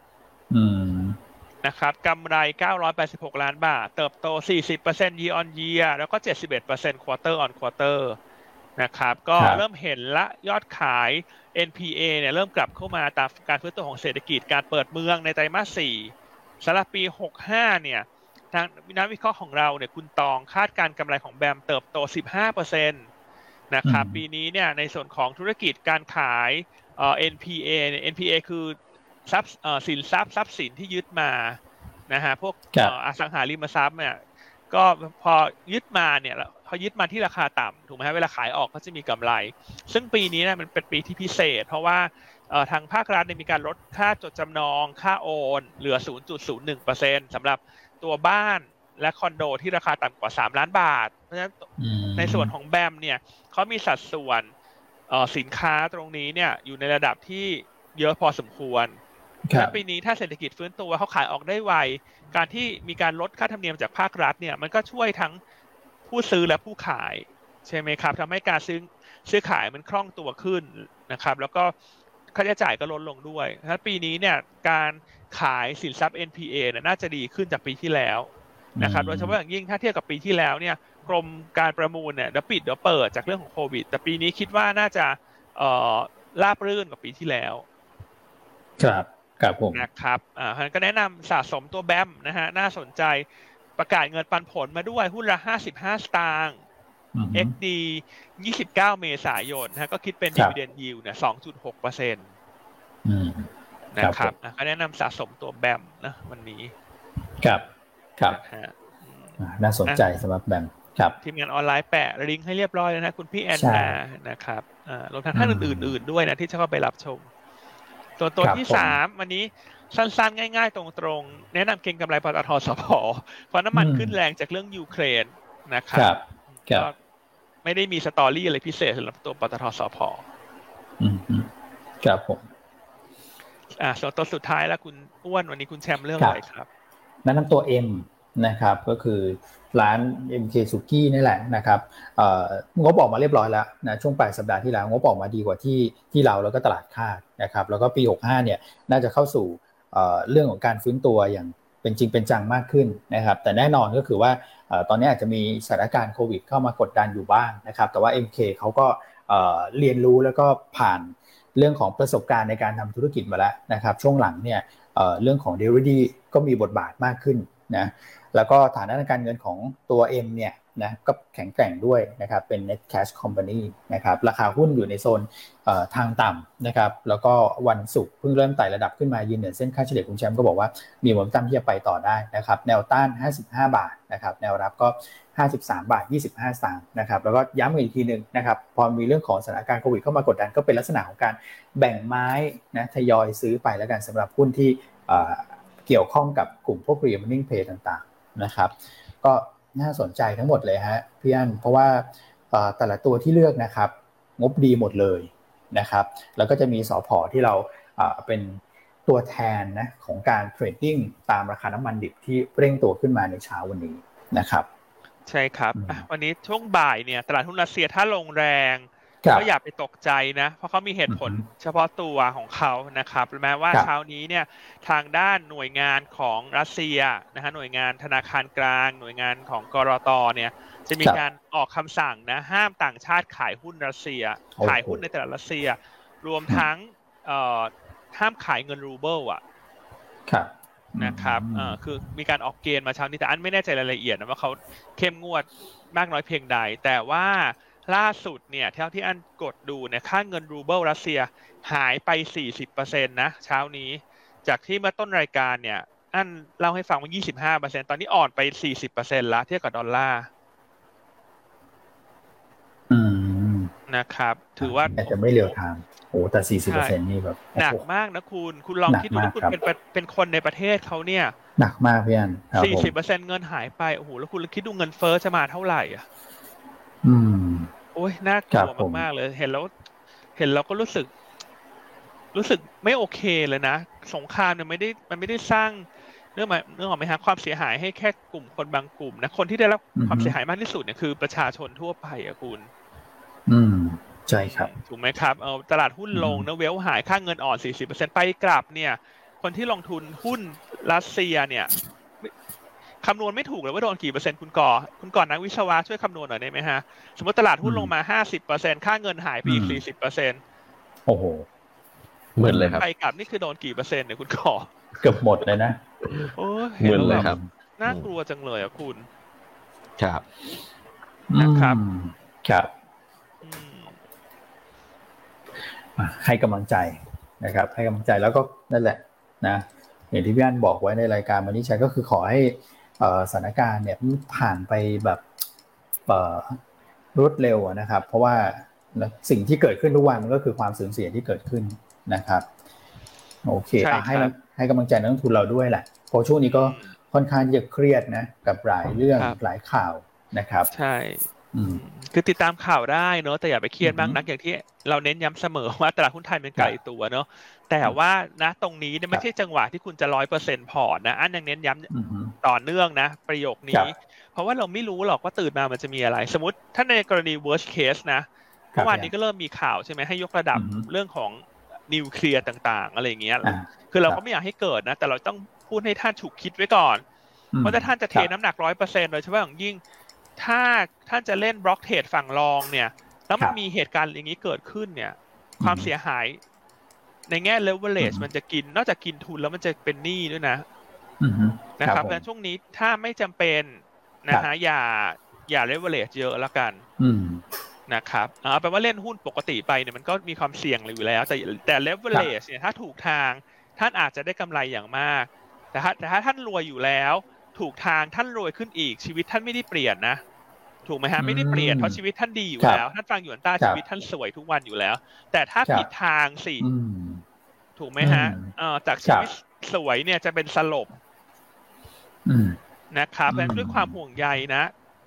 นะครับกำไร986 ล้านบาทเติบโต 40% year on year แล้วก็ 71% quarter on quarter นะครับก็เริ่มเห็นละยอดขาย NPA เนี่ยเริ่มกลับเข้ามาตามการฟื้นตัวของเศรษฐกิจการเปิดเมืองในไตรมาส 4สำหรับปี 65เนี่ยทางนักวิเคราะห์ของเราเนี่ยคุณตองคาดการกำไรของแบมเติบโต 15% นะครับปีนี้เนี่ยในส่วนของธุรกิจการขาย NPA เนี่ย NPA คือสินทรัพย์สินที่ยึดมานะฮะพวกอสังหาริมทรัพย์เนี่ยก็พอยึดมาเนี่ยเขายึดมาที่ราคาต่ำถูกไหมฮะเวลาขายออกก็จะมีกำไรซึ่งปีนี้เนี่ยมันเป็นปีที่พิเศษเพราะว่าทางภาครัฐมีการลดค่าจดจำนองค่าโอนเหลือ 0.01% สำหรับตัวบ้านและคอนโดที่ราคาต่ำกว่า3ล้านบาทเพราะฉะนั้นในส่วนของแบมเนี่ยเขามีสัดส่วนสินค้าตรงนี้เนี่ยอยู่ในระดับที่เยอะพอสมควรและปีนี้ถ้าเศรษฐกิจฟื้นตัวเขาขายออกได้ไวการที่มีการลดค่าธรรมเนียมจากภาครัฐเนี่ยมันก็ช่วยทั้งผู้ซื้อและผู้ขายใช่ไหมครับทำให้การซื้อขายมันคล่องตัวขึ้นนะครับแล้วก็ค่าใช้จ่ายก็ลดลงด้วยถ้าปีนี้เนี่ยการขายสินทรัพย์ NPA เนี่ยน่าจะดีขึ้นจากปีที่แล้วนะครับโดยเฉพาะอย่างยิ่งถ้าเทียบกับปีที่แล้วเนี่ยกรมการประมูลเนี่ยเดี๋ยวปิดเดี๋ยวเปิดจากเรื่องของโควิดแต่ปีนี้คิดว่าน่าจะราบรื่นกว่าปีที่แล้วครับผมนะครับก็แนะนำสะสมตัวแบมนะฮะน่าสนใจประกาศเงินปันผลมาด้วยหุ้นละ55 สตางค์ XD 29 เมษายนนะก็คิดเป็น dividend yield เนี่ย 2.6% นะครับก็แนะนำสะสมตัวแบมนะวันนี้ครับน่าสนใจสำหรับแบมครับทีมงานออนไลน์แปะลิงก์ให้เรียบร้อยแล้วนะคุณพี่แอนนานะครับรวมทั้งท่านอื่นๆด้วยนะที่จะเข้าไปรับชมตัวที่3วันนี้สั้นๆง่ายๆตรงๆแนะนำเก็งกำไรปตท.สผ.เพราะน้ำมันขึ้นแรงจากเรื่องยูเครนนะครับก็ไม่ได้มีสตอรี่อะไรพิเศษสำหรับตัวปตทสผ. ครับผมส่วนตัวสุดท้ายแล้วคุณอ้วนวันนี้คุณแชมป์เรื่องอะไรครับแนะนำตัว M นะครับก็คือร้าน MK Suki นี่แหละนะครับงบออกมาเรียบร้อยแล้วนะช่วงปลายสัปดาห์ที่แล้วงบออกมาดีกว่าที่เราแล้วก็ตลาดคาดนะครับแล้วก็ปี65เนี่ยน่าจะเข้าสู่เรื่องของการฟื้นตัวอย่างเป็นจริงเป็นจังมากขึ้นนะครับแต่แน่นอนก็คือว่าตอนนี้อาจจะมีสถานการณ์โควิดเข้ามากดดันอยู่บ้างนะครับแต่ว่า MK เขาก็เรียนรู้แล้วก็ผ่านเรื่องของประสบการณ์ในการทำธุรกิจมาแล้วนะครับช่วงหลังเนี่ยเรื่องของ delivery ก็มีบทบาทมากขึ้นนะแล้วก็ฐานะทางการเงินของตัว M เนี่ยนะก็แข็งแกร่งด้วยนะครับเป็น net cash company นะครับราคาหุ้นอยู่ในโซนทางต่ำนะครับแล้วก็วันศุกร์เพิ่งเริ่มไต่ระดับขึ้นมายืนเหนือเส้นค่าเฉลี่ยคุณแชมป์ก็บอกว่ามีโมเมนตัมที่จะไปต่อได้นะครับแนวต้าน55 บาทนะครับแนวรับก็53 บาท 25 สตางค์นะครับแล้วก็ย้ำอีกทีนึงนะครับพอมีเรื่องของสถานการณ์โควิดเข้ามากดดันก็เป็นลักษณะของการแบ่งไม้นะทยอยซื้อไปแล้วกันสำหรับหุ้นที่เกี่ยวข้องกับกลุ่มพวก Remaining Play ต่างๆนะครับก็น่าสนใจทั้งหมดเลยฮะพี่อั้นเพราะว่าแต่ละตัวที่เลือกนะครับงบดีหมดเลยนะครับแล้วก็จะมีสผ.ที่เราเป็นตัวแทนนะของการเทรดดิ้งตามราคาน้ำมันดิบที่เร่งตัวขึ้นมาในเช้าวันนี้นะครับใช่ครับวันนี้ช่วงบ่ายเนี่ยตลาดหุ้นรัสเซียถ้าลงแรงก็อย่าไปตกใจนะเพราะเขามีเหตุผลเฉพาะตัวของเขานะครับแม้ว่าเช้านี้เนี่ยทางด้านหน่วยงานของรัสเซียนะฮะหน่วยงานธนาคารกลางหน่วยงานของกรต.เนี่ยจะมีการออกคำสั่งนะห้ามต่างชาติขายหุ้นรัสเซียขายหุ้นในตลาดรัสเซียรวมทั้งห้ามขายเงินรูเบิลอ่ะนะครับคือมีการออกเกณฑ์มาเช้านี้แต่อันไม่แน่ใจรายละเอียดนะว่าเขาเข้มงวดมากน้อยเพียงใดแต่ว่าล่าสุดเนี่ยเท่าที่อันกดดูเนี่ยค่าเงินรูเบิลรัสเซียหายไป 40% นะเช้านี้จากที่เมื่อต้นรายการเนี่ยอันเล่าให้ฟังว่า 25% ตอนนี้อ่อนไป 40% แล้วเทียบกับดอลลาร์นะครับถือว่าจะไม่เร็วทางโอ้แต่ 40% นี่แบบหนักมากนะคุณลองคิดดูคุณเป็นคนในประเทศเขาเนี่ยหนักมากพี่อัน 40% เงินหายไปโอ้โหแล้วคุณคิดดูเงินเฟ้อจะมาเท่าไหร่อ่ะโอ้ยน่ากลัวมากๆเลยเห็นแล้วก็รู้สึกไม่โอเคเลยนะสงครามเนี่ยมันไม่ได้สร้างเรื่องของไหมฮะความเสียหายให้แค่กลุ่มคนบางกลุ่มนะคนที่ได้รับความเสียหายมากที่สุดเนี่ยคือประชาชนทั่วไปอ่ะคุณใช่ครับถูกไหมครับตลาดหุ้นลงนะเวลหายค่าเงินอ่อน 40% ไปกลับเนี่ยคนที่ลงทุนหุ้นรัสเซียเนี่ยคำนวณไม่ถูกเลยว่าโดนกี่เปอร์เซ็นต์คุณก่อนนักวิศวะช่วยคำนวณหน่อยได้ไหมฮะสมมติตลาดหุ้นลงมา 50% ค่าเงินหายไปอีก 40% โอ้โหเหมือนเลยครับไปกลับนี่คือโดนกี่เปอร์เซ็นต์เนี่ยคุณก่อเกือบหมดเลยนะโอ้เหมือนเลยครับน่ากลัวจังเลยอ่ะคุณครับนะครับครับให้กำลังใจนะครับให้กำลังใจแล้วก็นั่นแหละนะอย่างที่พี่อั้นบอกไว้ในรายการวันนี้ชัยก็คือขอให้สถานการณ์เนี่ยผ่านไปแบบรวดเร็วนะครับเพราะว่าสิ่งที่เกิดขึ้นทุกวันมันก็คือความสูญเสียที่เกิดขึ้นนะครับโอเคให้กำลังใจนักลงทุนเราด้วยแหละเพราะช่วงนี้ก็ค่อนข้างจะเครียดนะกับหลายเรื่องหลายข่าวนะครับใช่คือติดตามข่าวได้เนอะแต่อย่าไปเครียดมากนักอย่างที่เราเน้นย้ำเสมอว่าตลาดหุ้นไทยเป็นไก่ตัวเนอะแต่ว่านะตรงนี้เนี่ยไม่ใช่จังหวะที่คุณจะ 100% พอร์ตนะอันยังเน้นย้ำต่อเนื่องนะประโยคนี้เพราะว่าเราไม่รู้หรอกว่าตื่นมามันจะมีอะไรสมมติถ้าในกรณี worst case นะเมื่อวานนี้ก็เริ่มมีข่าวใช่ไหมให้ยกระดับเรื่องของนิวเคลียร์ต่างๆอะไรอย่างเงี้ยคือเราก็ไม่อยากให้เกิดนะแต่เราต้องพูดให้ท่านฉุกคิดไว้ก่อนเพราะถ้าท่านจะเทน้ำหนัก 100% โดยเฉพาะอย่างยิ่งถ้าท่านจะเล่นบล็อกเทรดฝั่งรองเนี่ยแล้วมันมีเหตุการณ์อย่างนี้เกิดขึ้นเนี่ยความเสียหายในแง่ leverage มันจะกินนอกจากกินทุนแล้วมันจะเป็นหนี้ด้วยนะครับเพราะช่วงนี้ถ้าไม่จำเป็นนะฮะอย่า leverage เยอะแล้วกันนะครับเอาเป็นว่าเล่นหุ้นปกติไปเนี่ยมันก็มีความเสี่ยงอยู่แล้วแต่ leverage เนี่ยถ้าถูกทางท่านอาจจะได้กำไรอย่างมากแต่ถ้าท่านรวยอยู่แล้วถูกทางท่านรวยขึ้นอีกชีวิตท่านไม่ได้เปลี่ยนนะถูกไหมฮะไม่ได้เปลี่ยนเพราะชีวิตท่านดีอยู่แล้วท่านฟังหยวนต้าชีวิตท่านสวยทุกวันอยู่แล้วแต่ถ้าผิดทางสิถูกไหมฮะจากชีวิตสวยเนี่ยจะเป็นสลบนะครับและด้วยความห่วงใยนะ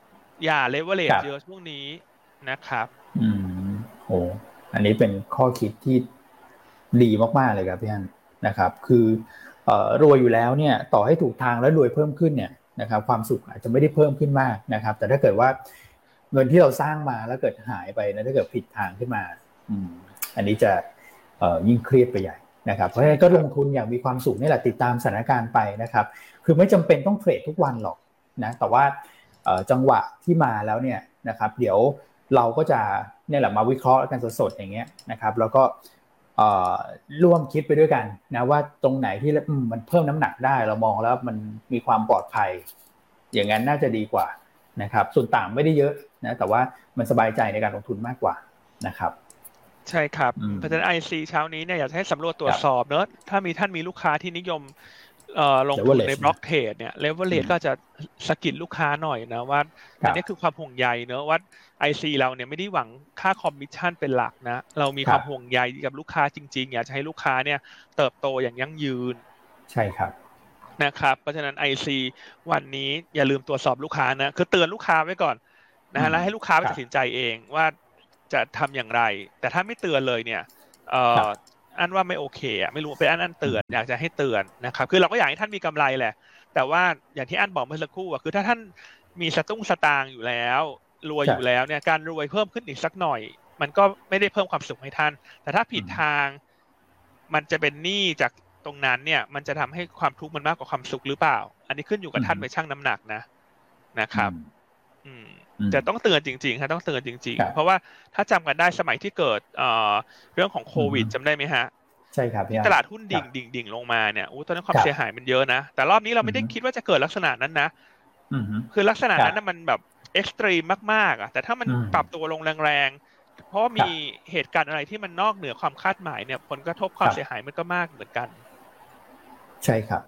อย่าเลเวอเรจเยอะช่วงนี้นะครับโอ้อันนี้เป็นข้อคิดที่ดีมากๆเลยครับพี่อันนะครับคือรวยอยู่แล้วเนี่ยต่อให้ถูกทางแล้วรวยเพิ่มขึ้นเนี่ยนะครับความสุขอาจจะไม่ได้เพิ่มขึ้นมากนะครับแต่ถ้าเกิดว่าเงินที่เราสร้างมาแล้วเกิดหายไปนะถ้าเกิดผิดทางขึ้นมาอันนี้จะยิ่งเครียดไปใหญ่นะครับเพราะฉะนั้นก็ลงทุนอย่างมีความสุขนี่แหละติดตามสถานการณ์ไปนะครับคือไม่จำเป็นต้องเทรดทุกวันหรอกนะแต่ว่าจังหวะที่มาแล้วเนี่ยนะครับเดี๋ยวเราก็จะเนี่ยแหละมาวิเคราะห์กันสดๆอย่างเงี้ยนะครับแล้วก็ร่วมคิดไปด้วยกันนะว่าตรงไหนที่มันเพิ่มน้ำหนักได้เรามองแล้วมันมีความปลอดภัยอย่างนั้นน่าจะดีกว่านะครับส่วนต่างไม่ได้เยอะนะแต่ว่ามันสบายใจในการลงทุนมากกว่านะครับใช่ครับเพราะฉะนั้น IC เช้านี้เนี่ยอยากให้สำรวจตรวจสอบเนอะถ้าท่านมีลูกค้าที่นิยมลงทุนในบล็อกเทรดเนี่ยเลเวอเรจก็จะสกิดลูกค้าหน่อยนะว่าอันนี้คือความห่วงใยเนอะว่า IC เราเนี่ยไม่ได้หวังค่าคอมมิชชั่นเป็นหลักนะเรามีความห่วงใยกับลูกค้าจริงๆอยากจะให้ลูกค้าเนี่ยเติบโตอย่างยั่งยืนใช่ครับนะครับเพราะฉะนั้น IC วันนี้อย่าลืมตรวจสอบลูกค้านะคือเตือนลูกค้าไว้ก่อนนะแล้วให้ลูกค้าไปตัดสินใจเองว่าจะทำอย่างไรแต่ถ้าไม่เตือนเลยเนี่ยอันว่าไม่โอเคอ่ะไม่รู้เป็นอันเตือนอยากจะให้เตือนนะครับคือเราก็อยากให้ท่านมีกำไรแหละแต่ว่าอย่างที่อันบอกเมื่อสักครู่อ่ะคือถ้าท่านมีสตางค์อยู่แล้วรวยอยู่แล้วเนี่ยการรวยเพิ่มขึ้นอีกสักหน่อยมันก็ไม่ได้เพิ่มความสุขให้ท่านแต่ถ้าผิดทางมันจะเป็นหนี้จากตรงนั้นเนี่ยมันจะทำให้ความทุกข์มันมากกว่าความสุขหรือเปล่าอันนี้ขึ้นอยู่กับท่านไปชั่งน้ำหนักนะครับจะต้องเตือนจริงๆครับต้องเตือนจริงๆเพราะว่าถ้าจำกันได้สมัยที่เกิดเรื่องของโควิดจำได้ไหมฮะใช่ครับตลาดหุ้นดิ่งลงมาเนี่ยตอนนั้นความเสียหายมันเยอะนะแต่รอบนี้เราไม่ได้คิดว่าจะเกิดลักษณะนั้นนะคือลักษณะนั้นมันแบบเอ็กซ์ตรีมมากๆอ่ะแต่ถ้ามันปรับตัวลงแรงๆเพราะว่ามีเหตุการณ์อะไรที่มันนอกเหนือความคาดหมายเนี่ยผลกระทบความเสียหายมันก็มากเหมือนกันใช่ครับ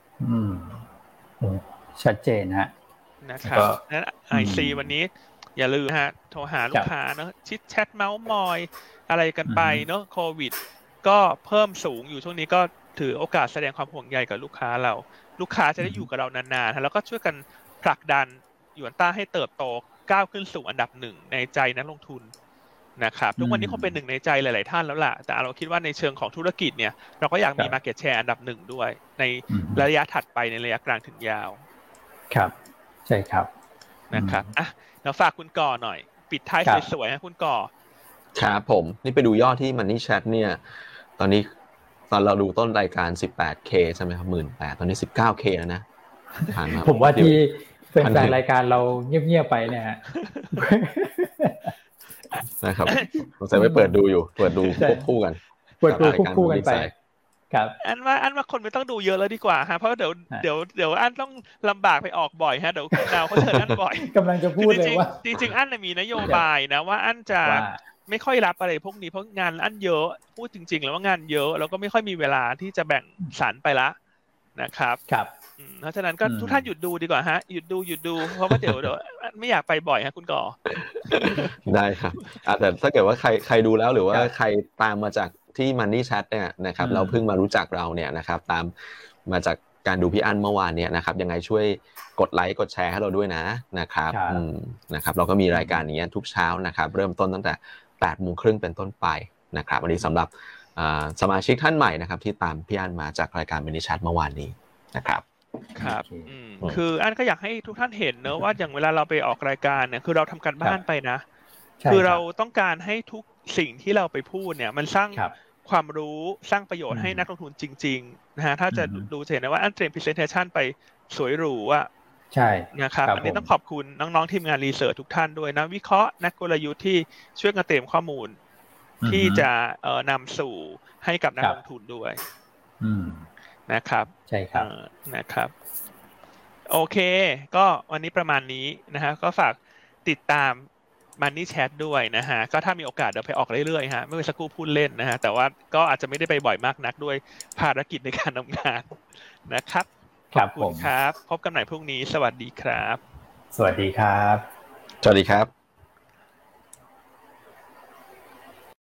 ชัดเจนฮะนะครับนั้น IC วันนี้อย่าลืมฮะโทรหาลูกค้าเนอะชิดแชทเมาส์มอยอะไรกันไปเนอะโควิดก็เพิ่มสูงอยู่ช่วงนี้ก็ถือโอกาสแสดงความห่วงใยกับลูกค้าเราลูกค้าจะได้อยู่กับเรานานๆแล้วก็ช่วยกันผลักดันหยวนต้าให้เติบโตก้าวขึ้นสู่อันดับหนึ่งในใจนักลงทุนนะครับทุกวันนี้คงเป็นหนึ่งในใจหลายๆท่านแล้วล่ะแต่เราคิดว่าในเชิงของธุรกิจเนี่ยเราก็อยากมี market share อันดับหนึ่งด้วยในระยะถัดไปในระยะกลางถึงยาวครับใช่ครับนะครับอ่ะเราฝากคุณก่อหน่อยปิดท้ายสวยๆนะคุณก่อครับผมนี่ไปดูยอดที่ Money Chat เนี่ยตอนเราดูต้นรายการ 18K ใช่ไหมครับ 18,000 ตอนนี้ 19K แล้วนะผ่านมาผมว่าที่เป็นแฟนรายการเราเงียบๆไปเนี่ยนะครับผมจะไปเปิดดูอยู่เปิดดูควบคู่กันไปครับอันว่าคนไม่ต้องดูเยอะแล้วดีกว่าฮะเพราะเดี๋ยวอันต้องลำบากไปออกบ่อยฮะเดี๋ยวดาวเขาเชิญอันบ่อยกำลังจะพูดเลยว่าจริงอันมีนโยบายนะว่าอันจะไม่ค่อยรับอะไรพวกนี้เพราะงานอันเยอะพูดจริงๆแล้วว่างานเยอะแล้วก็ไม่ค่อยมีเวลาที่จะแบ่งสรรไปละนะครับเพราะฉะนั้นก็ทุกท่านหยุดดูดีกว่าฮะหยุดดูเพราะว่าเดี๋ยวไม่อยากไปบ่อยฮะคุณก่อได้ครับแต่ถ้าเกิดว่าใครดูแล้วหรือว่าใครตามมาจากที่ Money Chat เนี่ยนะครับเราเพิ่งมารู้จักเราเนี่ยนะครับตามมาจากการดูพี่อั้นเมื่อวานเนี่ยนะครับยังไงช่วยกดไลค์กดแชร์ให้เราด้วยนะครับนะครับเราก็มีรายการนี้ทุกเช้านะครับเริ่มต้นตั้งแต่ 8:30 นเป็นต้นไปนะครับวันนี้สำหรับสมาชิกท่านใหม่นะครับที่ตามพี่อั้นมาจากรายการ Money Chat เมื่อวานนี้นะครับครับคืออันก็อยากให้ทุกท่านเห็นเนอะว่าอย่างเวลาเราไปออกรายการเนี่ยคือเราทำการบ้านไปนะคือเราต้องการให้ทุกสิ่งที่เราไปพูดเนี่ยมันสร้างความรู้สร้างประโยชน์ให้นักลงทุนจริงๆนะฮะถ้าจะดูเห็นนะว่าอันเตรียม presentation ไปสวยหรูอ่ะใช่นะครับอันนี้ต้องขอบคุณน้องๆทีมงานรีเสิร์ชทุกท่านด้วยนะวิเคราะห์นักกลยุทธ์ที่ช่วยกันเตรียมข้อมูลที่จะนำสู่ให้กับนักลงทุนด้วยนะครับใช่ครับนะครับโอเคก็วันนี้ประมาณนี้นะฮะก็ฝากติดตาม Money Chat ด้วยนะฮะก็ถ้ามีโอกาสเดี๋ยวไปออกเรื่อยๆฮะไม่ว่าสักครู่พูดเล่นนะฮะแต่ว่าก็อาจจะไม่ได้ไปบ่อยมากนักด้วยภารกิจในการทำงานนะครับขอบคุณครับพบกันใหม่พรุ่งนี้สวัสดีครับสวัสดีครับสวัสดีครับ